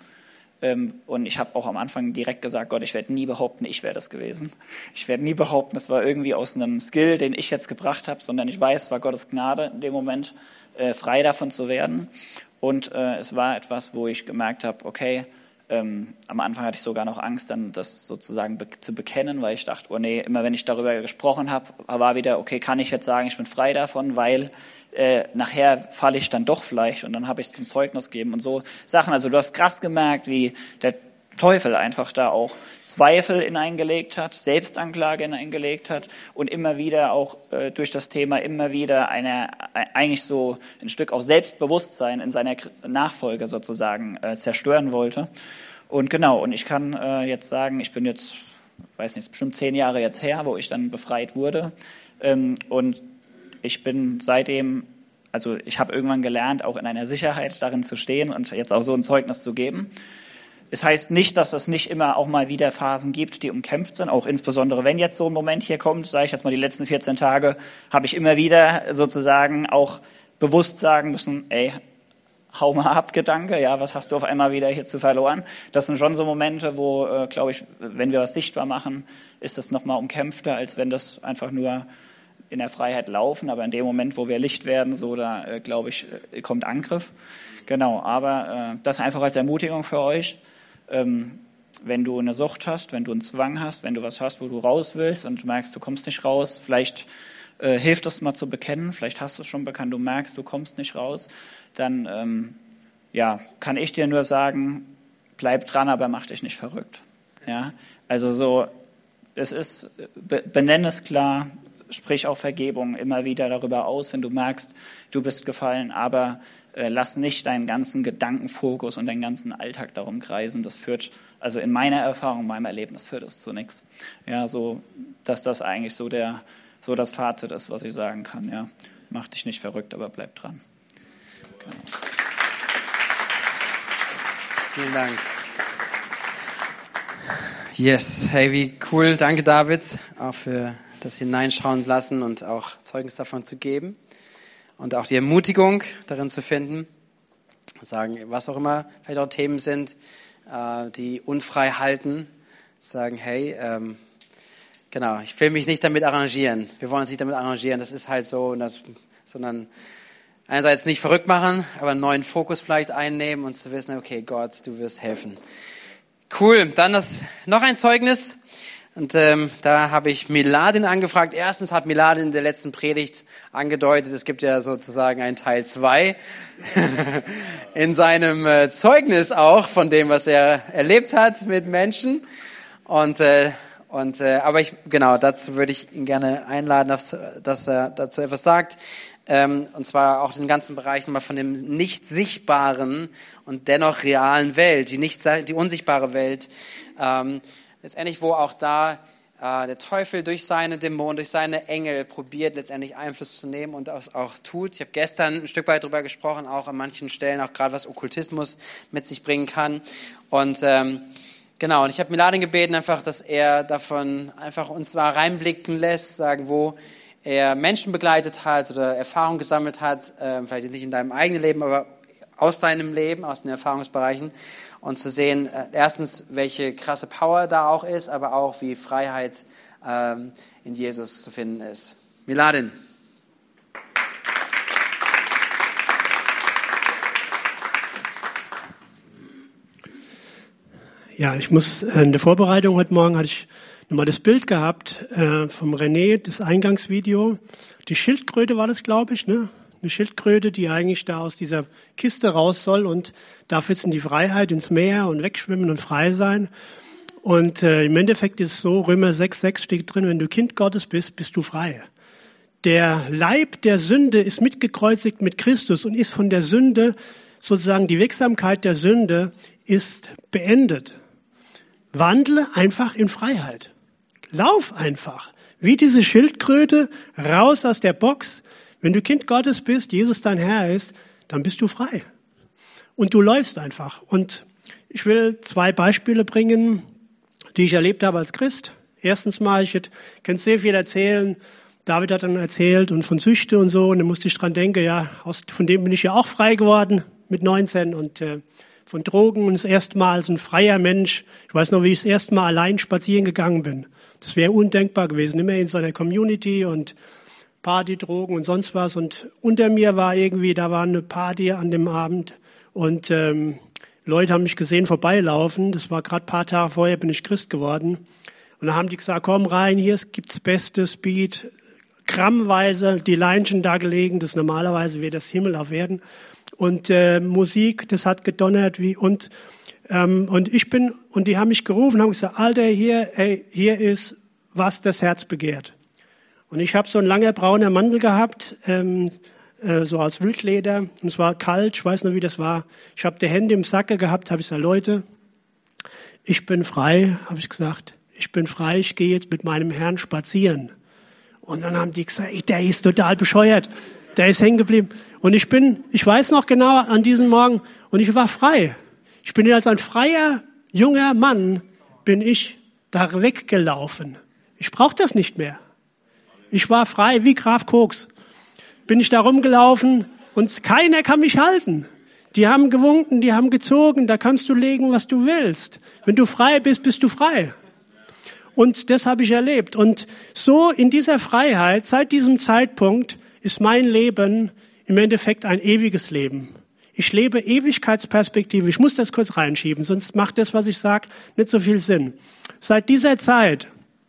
Und ich habe auch am Anfang direkt gesagt, Gott, ich werde nie behaupten, ich wäre das gewesen. Ich werde nie behaupten, es war irgendwie aus einem Skill, den ich jetzt gebracht habe, sondern ich weiß, es war Gottes Gnade in dem Moment, frei davon zu werden. Und es war etwas, wo ich gemerkt habe, okay, Ähm, am Anfang hatte ich sogar noch Angst, dann das sozusagen be- zu bekennen, weil ich dachte, oh nee, immer wenn ich darüber gesprochen habe, war wieder, okay, kann ich jetzt sagen, ich bin frei davon, weil äh, nachher falle ich dann doch vielleicht, und dann habe ich es zum Zeugnis gegeben und so Sachen. Also du hast krass gemerkt, wie der Teufel einfach da auch Zweifel hineingelegt hat, Selbstanklage hineingelegt hat und immer wieder auch äh, durch das Thema immer wieder eine eigentlich so ein Stück auch Selbstbewusstsein in seiner Nachfolge sozusagen äh, zerstören wollte. Und genau, und ich kann äh, jetzt sagen, ich bin jetzt, weiß nicht, bestimmt zehn Jahre jetzt her, wo ich dann befreit wurde, ähm, und ich bin seitdem, also ich habe irgendwann gelernt, auch in einer Sicherheit darin zu stehen und jetzt auch so ein Zeugnis zu geben. Es heißt nicht, dass es nicht immer auch mal wieder Phasen gibt, die umkämpft sind, auch insbesondere wenn jetzt so ein Moment hier kommt, sage ich jetzt mal die letzten vierzehn Tage, habe ich immer wieder sozusagen auch bewusst sagen müssen, ey, hau mal ab, Gedanke, ja, was hast du auf einmal wieder hierzu verloren? Das sind schon so Momente, wo, äh, glaube ich, wenn wir was sichtbar machen, ist das nochmal umkämpfter, als wenn das einfach nur in der Freiheit laufen, aber in dem Moment, wo wir Licht werden, so da, äh, glaube ich, äh, kommt Angriff. Genau, aber äh, das einfach als Ermutigung für euch. Ähm, wenn du eine Sucht hast, wenn du einen Zwang hast, wenn du was hast, wo du raus willst und du merkst, du kommst nicht raus, vielleicht äh, hilft es mal zu bekennen, vielleicht hast du es schon bekannt, du merkst, du kommst nicht raus, dann ähm, ja, kann ich dir nur sagen, bleib dran, aber mach dich nicht verrückt. Ja, also so, es ist, be, benenn es klar, sprich auch Vergebung immer wieder darüber aus, wenn du merkst, du bist gefallen, aber lass nicht deinen ganzen Gedankenfokus und deinen ganzen Alltag darum kreisen. Das führt, also in meiner Erfahrung, meinem Erlebnis, führt es zu nichts. Ja, so, dass das eigentlich so der, so das Fazit ist, was ich sagen kann. Ja, mach dich nicht verrückt, aber bleib dran. Genau. Vielen Dank. Yes, hey, wie cool. Danke, David, auch für das Hineinschauen lassen und auch Zeugnis davon zu geben. Und auch die Ermutigung darin zu finden, sagen, was auch immer vielleicht auch Themen sind, äh, die unfrei halten, sagen, hey, ähm, genau, ich will mich nicht damit arrangieren. Wir wollen uns nicht damit arrangieren, das ist halt so, das, sondern einerseits nicht verrückt machen, aber einen neuen Fokus vielleicht einnehmen und zu wissen, okay, Gott, du wirst helfen. Cool, dann das noch ein Zeugnis. Und ähm, da habe ich Miladin angefragt. Erstens hat Miladin in der letzten Predigt angedeutet, es gibt ja sozusagen einen Teil zwei in seinem äh, Zeugnis auch von dem, was er erlebt hat mit Menschen. Und äh, und äh, aber ich genau dazu würde ich ihn gerne einladen, dass, dass er dazu etwas sagt. Ähm, und zwar auch den ganzen Bereich nochmal von dem nicht sichtbaren und dennoch realen Welt, die nicht die unsichtbare Welt. Ähm, Letztendlich, wo auch da äh, der Teufel durch seine Dämonen, durch seine Engel probiert, letztendlich Einfluss zu nehmen und das auch tut. Ich habe gestern ein Stück weit darüber gesprochen, auch an manchen Stellen, auch gerade was Okkultismus mit sich bringen kann. Und ähm, genau, und ich habe Miladin gebeten, einfach, dass er davon einfach uns mal reinblicken lässt, sagen, wo er Menschen begleitet hat oder Erfahrung gesammelt hat, äh, vielleicht nicht in deinem eigenen Leben, aber aus deinem Leben, aus den Erfahrungsbereichen. Und zu sehen, äh, erstens, welche krasse Power da auch ist, aber auch, wie Freiheit ähm, in Jesus zu finden ist. Miladin. Ja, ich muss, äh, in der Vorbereitung heute Morgen hatte ich nochmal das Bild gehabt äh, vom René, das Eingangsvideo. Die Schildkröte war das, glaube ich, ne? Eine Schildkröte, die eigentlich da aus dieser Kiste raus soll und darf jetzt in die Freiheit, ins Meer und wegschwimmen und frei sein. Und äh, im Endeffekt ist es so, Römer sechs sechs steht drin, wenn du Kind Gottes bist, bist du frei. der Leib der Sünde ist mitgekreuzigt mit Christus und ist von der Sünde, sozusagen die Wirksamkeit der Sünde ist beendet. Wandle einfach in Freiheit. Lauf einfach. Wie diese Schildkröte, raus aus der Box. Wenn du Kind Gottes bist, Jesus dein Herr ist, dann bist du frei. Und du läufst einfach. Und ich will zwei Beispiele bringen, die ich erlebt habe als Christ. Erstens mal, ich kann sehr viel erzählen. David hat dann erzählt und von Süchte und so. Und dann musste ich dran denken, ja, von dem bin ich ja auch frei geworden mit neunzehn und äh, von Drogen und das erste Mal als ein freier Mensch. Ich weiß noch, wie ich das erste Mal allein spazieren gegangen bin. Das wäre undenkbar gewesen. Immer in so einer Community und Party, Drogen und sonst was. Und unter mir war irgendwie, da war eine Party an dem Abend und ähm, Leute haben mich gesehen vorbeilaufen. Das war gerade ein paar Tage vorher, bin ich Christ geworden. Und dann haben die gesagt, komm rein, hier gibt's bestes Speed. Grammweise die Leinchen da gelegen, das normalerweise wäre das Himmel auf Erden. Und äh, Musik, das hat gedonnert wie und ähm, und ich bin und die haben mich gerufen, haben gesagt, Alter, hier, ey, hier ist was das Herz begehrt. Und ich habe so ein langer brauner Mantel gehabt, ähm, äh, so als Wildleder, und es war kalt, ich weiß noch, wie das war. Ich habe die Hände im Sacke gehabt, habe ich gesagt, Leute, ich bin frei, habe ich gesagt, ich bin frei, ich gehe jetzt mit meinem Herrn spazieren. Und dann haben die gesagt, ey, der ist total bescheuert. Der ist hängen geblieben. Und ich bin, ich weiß noch genau an diesem Morgen, und ich war frei. Ich bin als ein freier, junger Mann, bin ich da weggelaufen. Ich brauche das nicht mehr. Ich war frei, wie Graf Koks. Bin ich da rumgelaufen und keiner kann mich halten. Die haben gewunken, die haben gezogen, da kannst du legen, was du willst. Wenn du frei bist, bist du frei. Und das habe ich erlebt. Und so in dieser Freiheit, seit diesem Zeitpunkt, ist mein Leben im Endeffekt ein ewiges Leben. Ich lebe Ewigkeitsperspektive. Ich muss das kurz reinschieben, sonst macht das, was ich sage, nicht so viel Sinn. Seit dieser Zeit,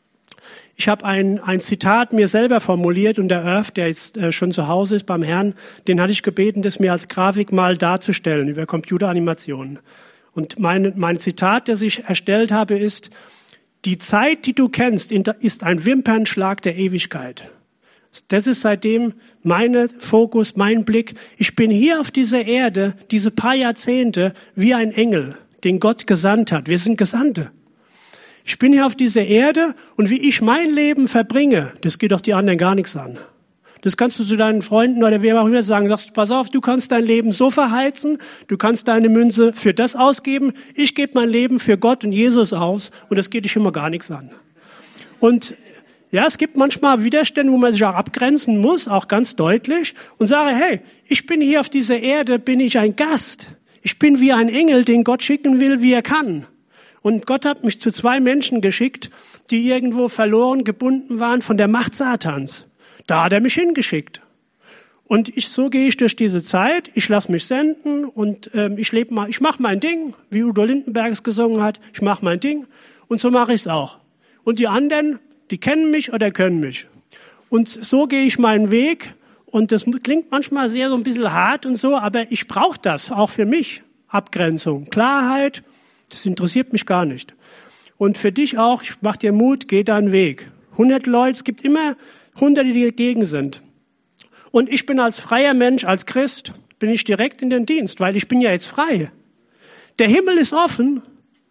ich habe ein, ein Zitat mir selber formuliert und der Irv, der jetzt äh, schon zu Hause ist beim Herrn, den hatte ich gebeten, das mir als Grafik mal darzustellen über Computeranimationen. Und mein, mein Zitat, das ich erstellt habe, ist: Die Zeit, die du kennst, ist ein Wimpernschlag der Ewigkeit. Das ist seitdem mein Fokus, mein Blick. Ich bin hier auf dieser Erde, diese paar Jahrzehnte, wie ein Engel, den Gott gesandt hat. Wir sind Gesandte. Ich bin hier auf dieser Erde und wie ich mein Leben verbringe, das geht doch die anderen gar nichts an. Das kannst du zu deinen Freunden oder wem auch immer sagen. Sagst, pass auf, du kannst dein Leben so verheizen, du kannst deine Münze für das ausgeben. Ich gebe mein Leben für Gott und Jesus aus und das geht dich immer gar nichts an. Und ja, es gibt manchmal Widerstände, wo man sich auch abgrenzen muss, auch ganz deutlich, und sage, hey, ich bin hier auf dieser Erde, bin ich ein Gast. Ich bin wie ein Engel, den Gott schicken will, wie er kann. Und Gott hat mich zu zwei Menschen geschickt, die irgendwo verloren, gebunden waren von der Macht Satans. Da hat er mich hingeschickt. Und ich, so gehe ich durch diese Zeit, ich lasse mich senden und ähm, ich lebe mal, ich mache mein Ding, wie Udo Lindenberg es gesungen hat, ich mache mein Ding und so mache ich es auch. Und die anderen, die kennen mich oder können mich. Und so gehe ich meinen Weg und das klingt manchmal sehr so ein bisschen hart und so, aber ich brauche das, auch für mich. Abgrenzung, Klarheit, das interessiert mich gar nicht. Und für dich auch, ich mach dir Mut, geh deinen Weg. Hundert Leute, es gibt immer Hunderte, die dagegen sind. Und ich bin als freier Mensch, als Christ, bin ich direkt in den Dienst, weil ich bin ja jetzt frei. Der Himmel ist offen.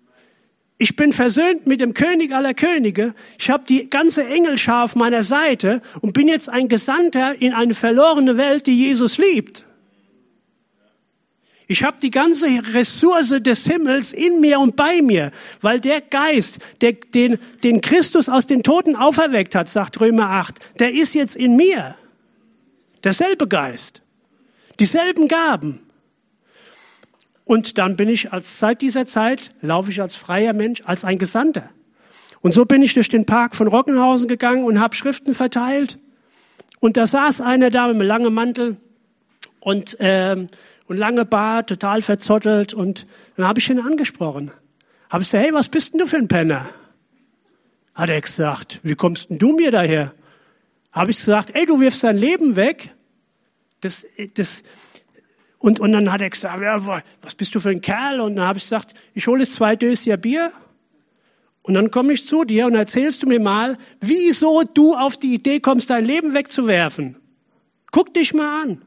Ich bin versöhnt mit dem König aller Könige. Ich habe die ganze Engelschar auf meiner Seite und bin jetzt ein Gesandter in eine verlorene Welt, die Jesus liebt. Ich habe die ganze Ressource des Himmels in mir und bei mir, weil der Geist, der, den, den Christus aus den Toten auferweckt hat, sagt Römer acht, der ist jetzt in mir. Derselbe Geist, dieselben Gaben. Und dann bin ich als seit dieser Zeit, laufe ich als freier Mensch, als ein Gesandter. Und so bin ich durch den Park von Rockenhausen gegangen und habe Schriften verteilt. Und da saß einer da mit einem langen Mantel und ähm, und lange Bart, total verzottelt. Und dann habe ich ihn angesprochen. Habe ich gesagt, hey, was bist denn du für ein Penner? Hat er gesagt, wie kommst denn du mir daher? Habe ich gesagt, ey, du wirfst dein Leben weg. Das, das, und, und dann hat er gesagt, ja, was bist du für ein Kerl? Und dann habe ich gesagt, ich hole jetzt zwei Döschen Bier Und dann komme ich zu dir und erzählst du mir mal, wieso du auf die Idee kommst, dein Leben wegzuwerfen. Guck dich mal an.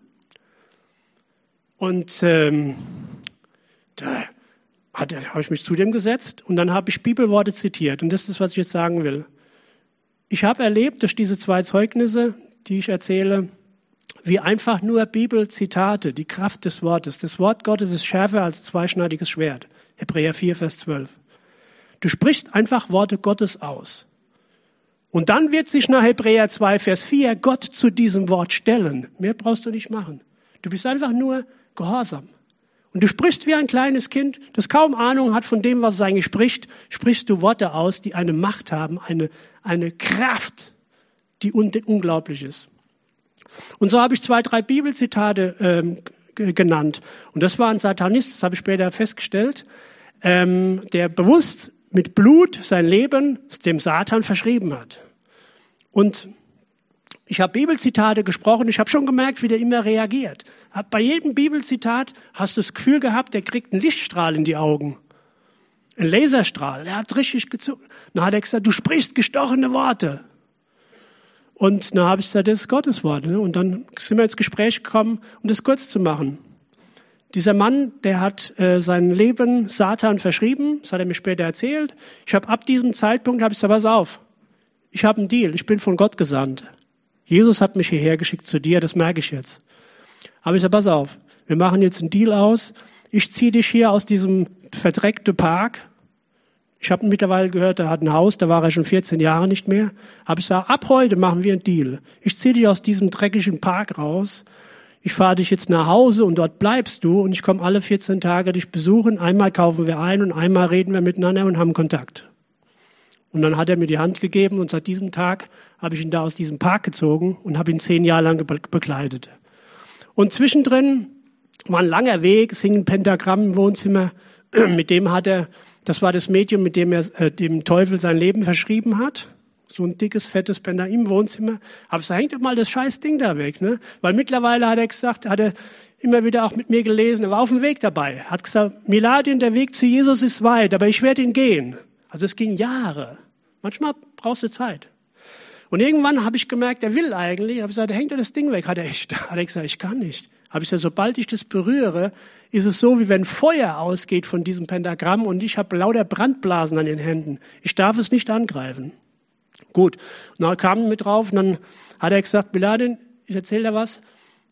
Und ähm, da habe ich mich zu dem gesetzt und dann habe ich Bibelworte zitiert. Und das ist das, was ich jetzt sagen will. Ich habe erlebt durch diese zwei Zeugnisse, die ich erzähle, wie einfach nur Bibelzitate, die Kraft des Wortes. Das Wort Gottes ist schärfer als ein zweischneidiges Schwert. Hebräer vier, Vers zwölf. Du sprichst einfach Worte Gottes aus. Und dann wird sich nach Hebräer zwei, Vers vier Gott zu diesem Wort stellen. Mehr brauchst du nicht machen. Du bist einfach nur gehorsam. Und du sprichst wie ein kleines Kind, das kaum Ahnung hat von dem, was es eigentlich spricht, sprichst du Worte aus, die eine Macht haben, eine, eine Kraft, die un- unglaublich ist. Und so habe ich zwei, drei Bibelzitate ähm, g- genannt. Und das war ein Satanist, das habe ich später festgestellt, ähm, der bewusst mit Blut sein Leben dem Satan verschrieben hat. Und ich habe Bibelzitate gesprochen, ich habe schon gemerkt, wie der immer reagiert. Bei jedem Bibelzitat hast du das Gefühl gehabt, der kriegt einen Lichtstrahl in die Augen. Ein Laserstrahl, er hat richtig gezuckt. Dann hat er gesagt, du sprichst gestochene Worte. Und dann habe ich gesagt, das ist Gottes Wort. Ne? Und dann sind wir ins Gespräch gekommen, um das kurz zu machen. Dieser Mann, der hat äh, sein Leben Satan verschrieben, das hat er mir später erzählt. Ich habe ab diesem Zeitpunkt, habe ich gesagt, pass auf, ich habe einen Deal, ich bin von Gott gesandt. Jesus hat mich hierher geschickt zu dir, das merke ich jetzt. Aber ich sage, pass auf, wir machen jetzt einen Deal aus. Ich ziehe dich hier aus diesem verdreckten Park. Ich habe mittlerweile gehört, er hat ein Haus, da war er schon vierzehn Jahre nicht mehr. Aber ich sage, ab heute machen wir einen Deal. Ich ziehe dich aus diesem dreckigen Park raus. Ich fahre dich jetzt nach Hause und dort bleibst du. Und ich komme alle vierzehn Tage dich besuchen. Einmal kaufen wir ein und einmal reden wir miteinander und haben Kontakt. Und dann hat er mir die Hand gegeben und seit diesem Tag habe ich ihn da aus diesem Park gezogen und habe ihn zehn Jahre lang be- begleitet. Und zwischendrin war ein langer Weg, es hing ein Pentagramm im Wohnzimmer, mit dem hat er, das war das Medium, mit dem er äh, dem Teufel sein Leben verschrieben hat. So ein dickes, fettes Pentagramm im Wohnzimmer. Aber so hängt doch mal das scheiß Ding da weg, ne? Weil mittlerweile hat er gesagt, hat er immer wieder auch mit mir gelesen, er war auf dem Weg dabei. Hat gesagt, Miladin, der Weg zu Jesus ist weit, aber ich werde ihn gehen. Also es ging Jahre. Manchmal brauchst du Zeit. Und irgendwann habe ich gemerkt, er will eigentlich. Habe ich gesagt, hängt er das Ding weg? Hat er, ich, hat er gesagt, ich kann nicht. Habe ich gesagt, sobald ich das berühre, ist es so, wie wenn Feuer ausgeht von diesem Pentagramm und ich habe lauter Brandblasen an den Händen. Ich darf es nicht angreifen. Gut. Und dann kam er mit drauf und dann hat er gesagt, Miladin, ich erzähle dir was.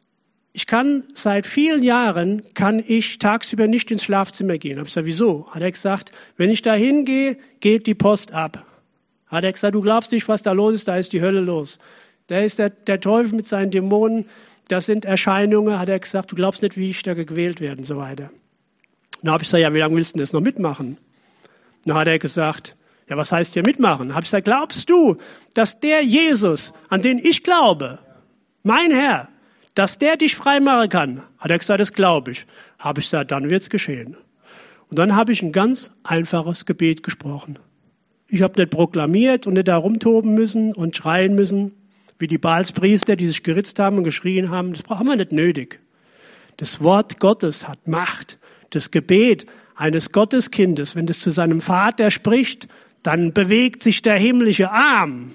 Ich kann seit vielen Jahren, kann ich tagsüber nicht ins Schlafzimmer gehen. Hab ich gesagt, wieso? Hat er gesagt, wenn ich da hingehe, geht die Post ab. Hat er gesagt, du glaubst nicht, was da los ist, da ist die Hölle los. Da ist der, der Teufel mit seinen Dämonen, das sind Erscheinungen, hat er gesagt, du glaubst nicht, wie ich da gequält werde und so weiter. Dann habe ich gesagt, ja, wie lange willst du denn das noch mitmachen? Dann hat er gesagt, ja, was heißt hier mitmachen? Habe ich gesagt, glaubst du, dass der Jesus, an den ich glaube, mein Herr, dass der dich freimachen kann? Hat er gesagt, das glaube ich. Habe ich gesagt, dann wird's geschehen. Und dann habe ich ein ganz einfaches Gebet gesprochen. Ich habe nicht proklamiert und nicht da rumtoben müssen und schreien müssen, wie die Baalspriester, die sich geritzt haben und geschrien haben. Das brauchen wir nicht nötig. Das Wort Gottes hat Macht. Das Gebet eines Gotteskindes, wenn das zu seinem Vater spricht, dann bewegt sich der himmlische Arm.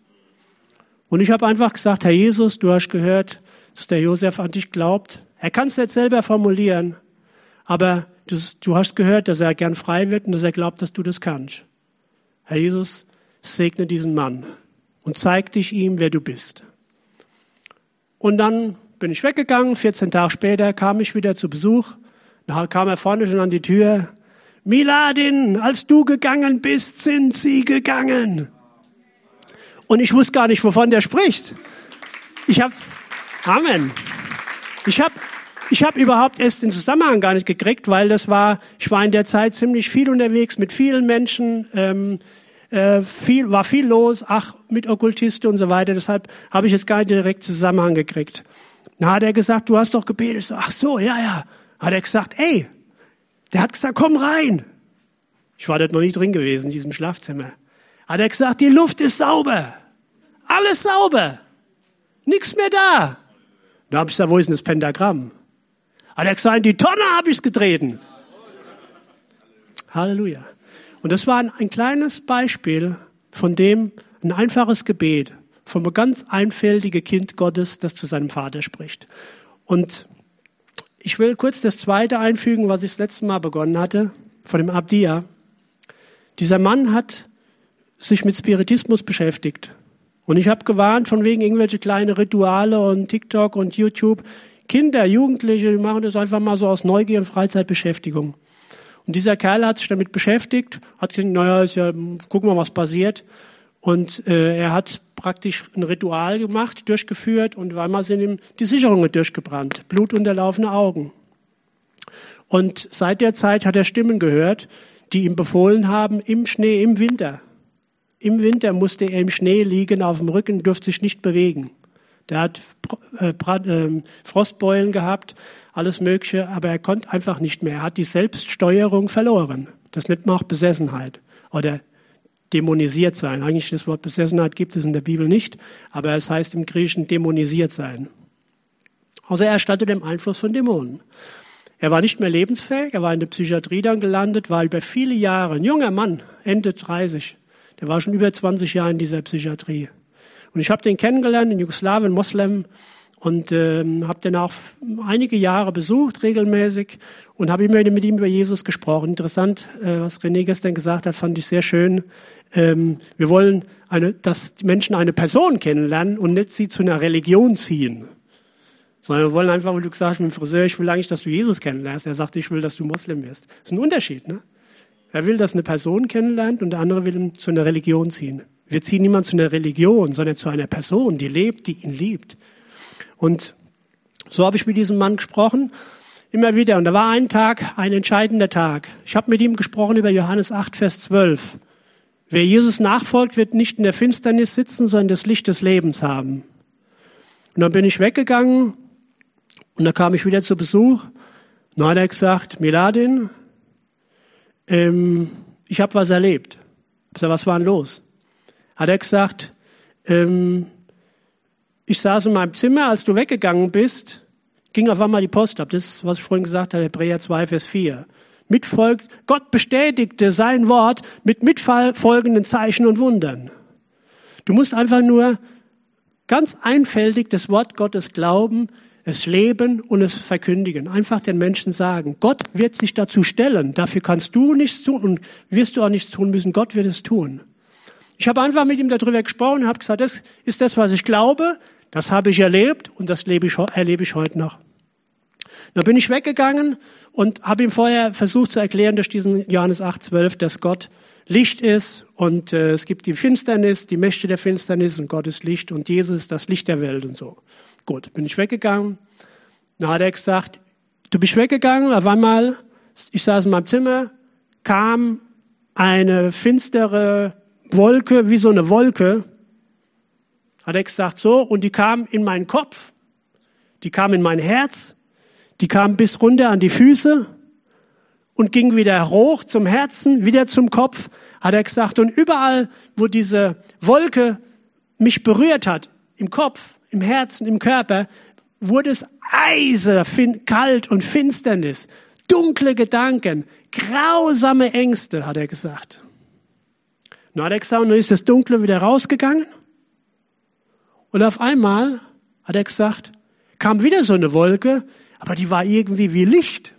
Und ich habe einfach gesagt, Herr Jesus, du hast gehört, dass der Josef an dich glaubt. Er kann es nicht selber formulieren, aber du, du hast gehört, dass er gern frei wird und dass er glaubt, dass du das kannst. Herr Jesus, segne diesen Mann und zeig dich ihm, wer du bist. Und dann bin ich weggegangen. vierzehn Tage später kam ich wieder zu Besuch. Dann kam er vorne schon an die Tür. Miladin, als du gegangen bist, sind sie gegangen. Und ich wusste gar nicht, wovon der spricht. Ich habe, Amen. Ich habe Ich habe überhaupt erst den Zusammenhang gar nicht gekriegt, weil das war, ich war in der Zeit ziemlich viel unterwegs mit vielen Menschen, ähm, äh, viel, war viel los, ach, mit Okkultisten und so weiter. Deshalb habe ich jetzt gar nicht direkt Zusammenhang gekriegt. Dann hat er gesagt, du hast doch gebetet. So, ach so, ja, ja. Hat er gesagt, ey, der hat gesagt, komm rein. Ich war dort noch nie drin gewesen, in diesem Schlafzimmer. Hat er gesagt, die Luft ist sauber. Alles sauber. Nichts mehr da. Da habe ich gesagt, wo ist denn das Pentagramm? Hat er gesagt, in die Tonne habe ich es getreten. Halleluja. Und das war ein, ein kleines Beispiel von dem, ein einfaches Gebet vom ganz einfältigen Kind Gottes, das zu seinem Vater spricht. Und ich will kurz das Zweite einfügen, was ich das letzte Mal begonnen hatte, von dem Abdiya. Dieser Mann hat sich mit Spiritismus beschäftigt. Und ich habe gewarnt, von wegen irgendwelche kleine Rituale und TikTok und YouTube. Kinder, Jugendliche, die machen das einfach mal so aus Neugier und Freizeitbeschäftigung. Und dieser Kerl hat sich damit beschäftigt, hat gesagt, naja, ist ja, gucken wir mal, was passiert. Und äh, er hat praktisch ein Ritual gemacht, durchgeführt und einmal sind ihm die Sicherungen durchgebrannt, blutunterlaufene Augen. Und seit der Zeit hat er Stimmen gehört, die ihm befohlen haben, im Schnee, im Winter. Im Winter musste er im Schnee liegen, auf dem Rücken, durfte sich nicht bewegen. Der hat äh, äh, Frostbeulen gehabt, alles Mögliche, aber er konnte einfach nicht mehr. Er hat die Selbststeuerung verloren. Das nennt man auch Besessenheit oder dämonisiert sein. Eigentlich das Wort Besessenheit gibt es in der Bibel nicht, aber es heißt im Griechischen dämonisiert sein. Also er stand unter dem Einfluss von Dämonen. Er war nicht mehr lebensfähig, er war in der Psychiatrie dann gelandet, war über viele Jahre, ein junger Mann, Ende dreißig, der war schon über zwanzig Jahre in dieser Psychiatrie. Und ich habe den kennengelernt in Jugoslawien, Moslem, und ähm, habe den auch einige Jahre besucht, regelmäßig, und habe immer mit ihm über Jesus gesprochen. Interessant, äh, was René gestern gesagt hat, fand ich sehr schön. Ähm, wir wollen, eine, dass die Menschen eine Person kennenlernen und nicht sie zu einer Religion ziehen. Sondern wir wollen einfach, wie du gesagt hast, mit dem Friseur, ich will eigentlich, dass du Jesus kennenlernst. Er sagt, ich will, dass du Moslem wirst. Das ist ein Unterschied, ne? Er will, dass eine Person kennenlernt und der andere will ihn zu einer Religion ziehen. Wir ziehen niemanden zu einer Religion, sondern zu einer Person, die lebt, die ihn liebt. Und so habe ich mit diesem Mann gesprochen, immer wieder. Und da war ein Tag, ein entscheidender Tag. Ich habe mit ihm gesprochen über Johannes acht, Vers zwölf. Wer Jesus nachfolgt, wird nicht in der Finsternis sitzen, sondern das Licht des Lebens haben. Und dann bin ich weggegangen und dann kam ich wieder zu Besuch. Und dann hat er gesagt, Miladin, ähm, ich habe was erlebt. Ich habe gesagt, was war denn los? Hat er gesagt, ähm, ich saß in meinem Zimmer, als du weggegangen bist, ging auf einmal die Post ab. Das ist, was ich vorhin gesagt habe, Hebräer zwei, Vers vier. Mitfolgt, Gott bestätigte sein Wort mit mitfolgenden Zeichen und Wundern. Du musst einfach nur ganz einfältig das Wort Gottes glauben, es leben und es verkündigen. Einfach den Menschen sagen, Gott wird sich dazu stellen. Dafür kannst du nichts tun und wirst du auch nichts tun müssen. Gott wird es tun. Ich habe einfach mit ihm darüber gesprochen und habe gesagt, das ist das, was ich glaube. Das habe ich erlebt und das lebe ich, erlebe ich heute noch. Dann bin ich weggegangen und habe ihm vorher versucht zu erklären durch diesen Johannes acht, zwölf, dass Gott Licht ist und äh, es gibt die Finsternis, die Mächte der Finsternis und Gott ist Licht und Jesus ist das Licht der Welt und so. Gut, bin ich weggegangen. Dann hat er gesagt, du bist weggegangen, auf einmal, ich saß in meinem Zimmer, kam eine finstere Wolke, wie so eine Wolke, hat er gesagt, so, und die kam in meinen Kopf, die kam in mein Herz, die kam bis runter an die Füße und ging wieder hoch zum Herzen, wieder zum Kopf, hat er gesagt, und überall, wo diese Wolke mich berührt hat, im Kopf, im Herzen, im Körper, wurde es eiser, fin- kalt und Finsternis, dunkle Gedanken, grausame Ängste, hat er gesagt. Dann hat er gesagt, und dann ist das Dunkle wieder rausgegangen. Und auf einmal, hat er gesagt, kam wieder so eine Wolke, aber die war irgendwie wie Licht.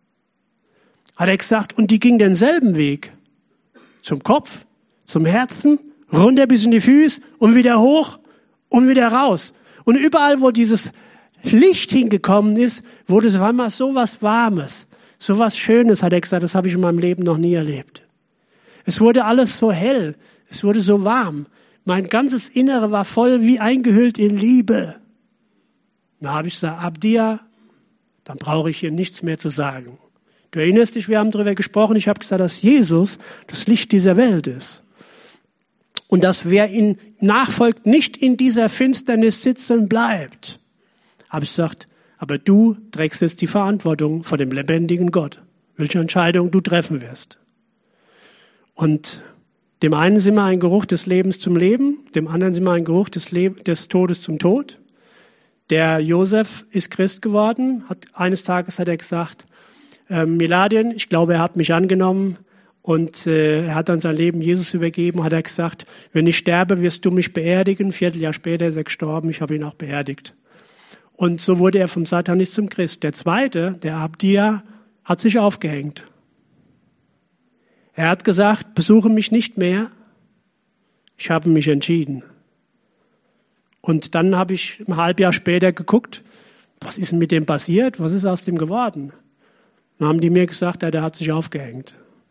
Hat er gesagt, und die ging denselben Weg. Zum Kopf, zum Herzen, runter bis in die Füße und wieder hoch und wieder raus. Und überall, wo dieses Licht hingekommen ist, wurde es auf einmal so was Warmes, so was Schönes, hat er gesagt, das habe ich in meinem Leben noch nie erlebt. Es wurde alles so hell, es wurde so warm. Mein ganzes Innere war voll wie eingehüllt in Liebe. Da habe ich gesagt, Abdiya, dann brauche ich hier nichts mehr zu sagen. Du erinnerst dich, wir haben darüber gesprochen, ich habe gesagt, dass Jesus das Licht dieser Welt ist. Und dass wer ihn nachfolgt, nicht in dieser Finsternis sitzen bleibt. Habe ich gesagt, aber du trägst jetzt die Verantwortung vor dem lebendigen Gott, welche Entscheidung du treffen wirst. Und dem einen sind wir ein Geruch des Lebens zum Leben, dem anderen sind wir ein Geruch des, Leb- des Todes zum Tod. Der Josef ist Christ geworden, hat eines Tages hat er gesagt, äh, Miladin, ich glaube, er hat mich angenommen Und äh, er hat dann sein Leben Jesus übergeben, hat er gesagt, wenn ich sterbe, wirst du mich beerdigen. Ein Vierteljahr später ist er gestorben, ich habe ihn auch beerdigt. Und so wurde er vom Satanist zum Christ. Der zweite, der Abdia, hat sich aufgehängt. Er hat gesagt, besuche mich nicht mehr. Ich habe mich entschieden. Und dann habe ich ein halbes Jahr später geguckt, was ist denn mit dem passiert? Was ist aus dem geworden? Dann haben die mir gesagt, ja, der hat sich aufgehängt.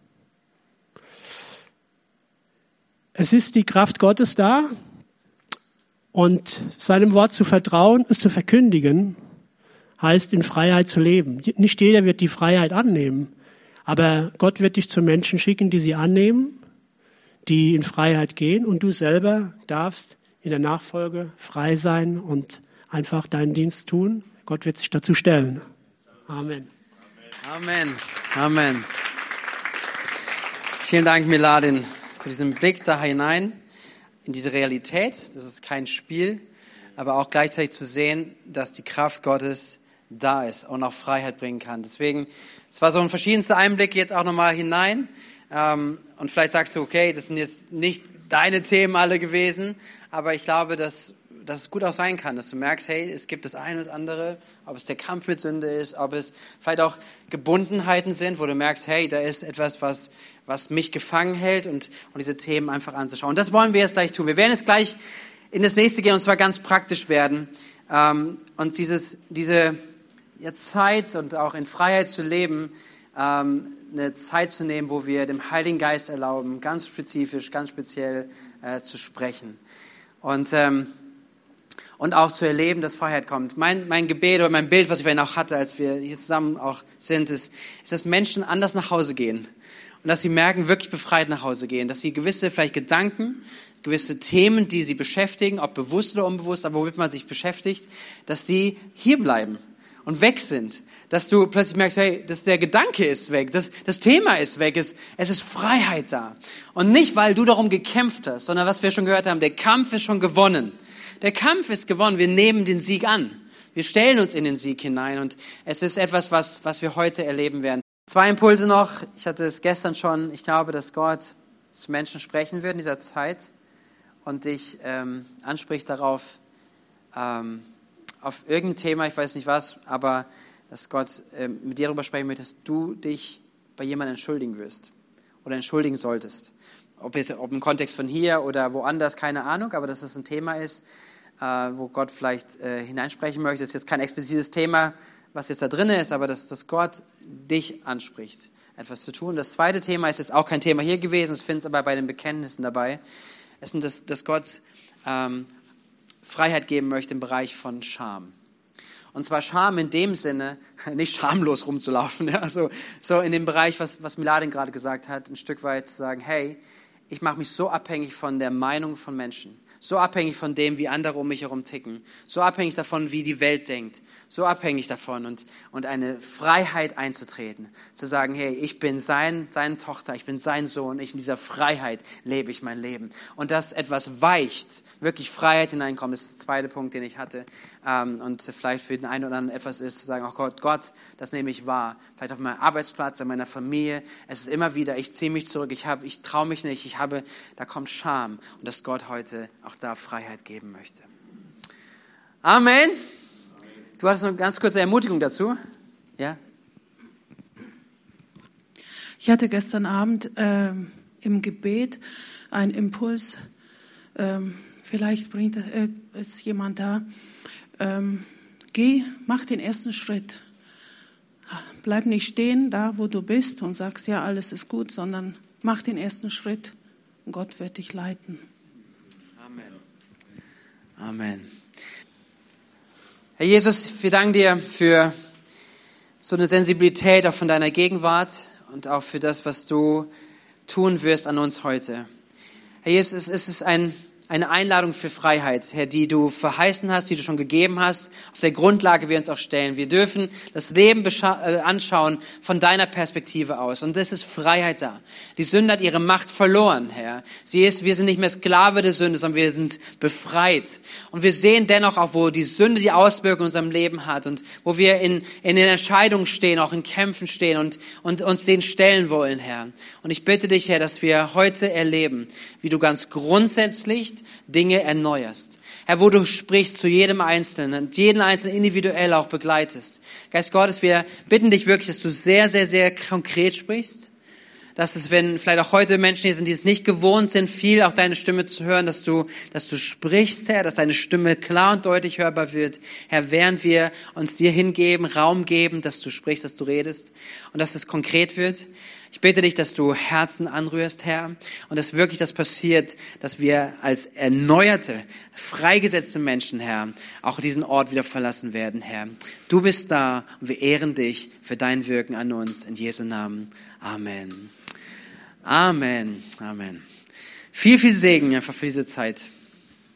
Es ist die Kraft Gottes da und seinem Wort zu vertrauen, es zu verkündigen, heißt in Freiheit zu leben. Nicht jeder wird die Freiheit annehmen, aber Gott wird dich zu Menschen schicken, die sie annehmen, die in Freiheit gehen und du selber darfst in der Nachfolge frei sein und einfach deinen Dienst tun. Gott wird sich dazu stellen. Amen. Amen. Amen. Vielen Dank, Miladin, zu diesem Blick da hinein, in diese Realität. Das ist kein Spiel, aber auch gleichzeitig zu sehen, dass die Kraft Gottes da ist und auch Freiheit bringen kann. Deswegen, es war so ein verschiedenster Einblick jetzt auch nochmal hinein. Ähm, und vielleicht sagst du, okay, das sind jetzt nicht deine Themen alle gewesen, aber ich glaube, dass, dass es gut auch sein kann, dass du merkst, hey, es gibt das eine oder das andere, ob es der Kampf mit Sünde ist, ob es vielleicht auch Gebundenheiten sind, wo du merkst, hey, da ist etwas, was, was mich gefangen hält und, und diese Themen einfach anzuschauen. Und das wollen wir jetzt gleich tun. Wir werden jetzt gleich in das nächste gehen und zwar ganz praktisch werden. Ähm, und dieses, diese ja, Zeit und auch in Freiheit zu leben, ähm, eine Zeit zu nehmen, wo wir dem Heiligen Geist erlauben, ganz spezifisch, ganz speziell äh, zu sprechen. Und, ähm, und auch zu erleben, dass Freiheit kommt. Mein, mein Gebet oder mein Bild, was ich vorhin auch hatte, als wir hier zusammen auch sind, ist, ist, dass Menschen anders nach Hause gehen. Und dass sie merken, wirklich befreit nach Hause gehen. Dass sie gewisse vielleicht Gedanken, gewisse Themen, die sie beschäftigen, ob bewusst oder unbewusst, aber womit man sich beschäftigt, dass die hier bleiben und weg sind. Dass du plötzlich merkst, hey, dass der Gedanke ist weg, das, das Thema ist weg, es, es ist Freiheit da. Und nicht, weil du darum gekämpft hast, sondern was wir schon gehört haben, der Kampf ist schon gewonnen. Der Kampf ist gewonnen, wir nehmen den Sieg an. Wir stellen uns in den Sieg hinein und es ist etwas, was, was wir heute erleben werden. Zwei Impulse noch, ich hatte es gestern schon, ich glaube, dass Gott zu Menschen sprechen wird in dieser Zeit und dich ähm, anspricht darauf, ähm, auf irgendein Thema, ich weiß nicht was, aber dass Gott äh, mit dir darüber sprechen möchte, dass du dich bei jemandem entschuldigen wirst oder entschuldigen solltest. Ob, es, ob im Kontext von hier oder woanders, keine Ahnung, aber dass es ein Thema ist, äh, wo Gott vielleicht äh, hineinsprechen möchte. Das ist jetzt kein explizites Thema, was jetzt da drin ist, aber dass, dass Gott dich anspricht, etwas zu tun. Das zweite Thema ist jetzt auch kein Thema hier gewesen, ich finde es aber bei den Bekenntnissen dabei, es ist, dass, dass Gott ähm, Freiheit geben möchte im Bereich von Scham. Und zwar Scham in dem Sinne, nicht schamlos rumzulaufen, ja, also so in dem Bereich, was, was Miladin gerade gesagt hat, ein Stück weit zu sagen, hey, ich mache mich so abhängig von der Meinung von Menschen, so abhängig von dem, wie andere um mich herum ticken, so abhängig davon, wie die Welt denkt, so abhängig davon und, und eine Freiheit einzutreten, zu sagen, hey, ich bin sein, seine Tochter, ich bin sein Sohn, ich in dieser Freiheit lebe ich mein Leben. Und dass etwas weicht, wirklich Freiheit hineinkommt, das ist der zweite Punkt, den ich hatte. Ähm, und vielleicht für den einen oder anderen etwas ist, zu sagen, oh Gott, Gott, das nehme ich wahr. Vielleicht auf meinem Arbeitsplatz, in meiner Familie, es ist immer wieder, ich ziehe mich zurück, ich, habe, ich traue mich nicht, ich habe, da kommt Scham und dass Gott heute auch da Freiheit geben möchte. Amen. Du hattest noch eine ganz kurze Ermutigung dazu. Ja? Ich hatte gestern Abend äh, im Gebet einen Impuls, ähm, vielleicht bringt äh, es jemand da, ähm, geh, mach den ersten Schritt. Bleib nicht stehen, da wo du bist und sagst, ja, alles ist gut, sondern mach den ersten Schritt und Gott wird dich leiten. Amen. Amen. Herr Jesus, wir danken dir für so eine Sensibilität auch von deiner Gegenwart und auch für das, was du tun wirst an uns heute. Herr Jesus, es ist ein, eine Einladung für Freiheit, Herr, die du verheißen hast, die du schon gegeben hast, auf der Grundlage wir uns auch stellen. Wir dürfen das Leben bescha- äh, anschauen von deiner Perspektive aus. Und es ist Freiheit da. Die Sünde hat ihre Macht verloren, Herr. Sie ist, wir sind nicht mehr Sklave der Sünde, sondern wir sind befreit. Und wir sehen dennoch auch, wo die Sünde die Auswirkungen in unserem Leben hat und wo wir in, in den Entscheidungen stehen, auch in Kämpfen stehen und, und uns denen stellen wollen, Herr. Und ich bitte dich, Herr, dass wir heute erleben, wie du ganz grundsätzlich Dinge erneuerst. Herr, wo du sprichst zu jedem Einzelnen und jeden Einzelnen individuell auch begleitest. Geist Gottes, wir bitten dich wirklich, dass du sehr, sehr, sehr konkret sprichst. Dass es, wenn vielleicht auch heute Menschen hier sind, die es nicht gewohnt sind, viel auch deine Stimme zu hören, dass du, dass du sprichst, Herr, dass deine Stimme klar und deutlich hörbar wird. Herr, während wir uns dir hingeben, Raum geben, dass du sprichst, dass du redest und dass es konkret wird. Ich bitte dich, dass du Herzen anrührst, Herr, und dass wirklich das passiert, dass wir als erneuerte, freigesetzte Menschen, Herr, auch diesen Ort wieder verlassen werden, Herr. Du bist da und wir ehren dich für dein Wirken an uns. In Jesu Namen. Amen. Amen. Amen. Viel, viel Segen einfach für diese Zeit.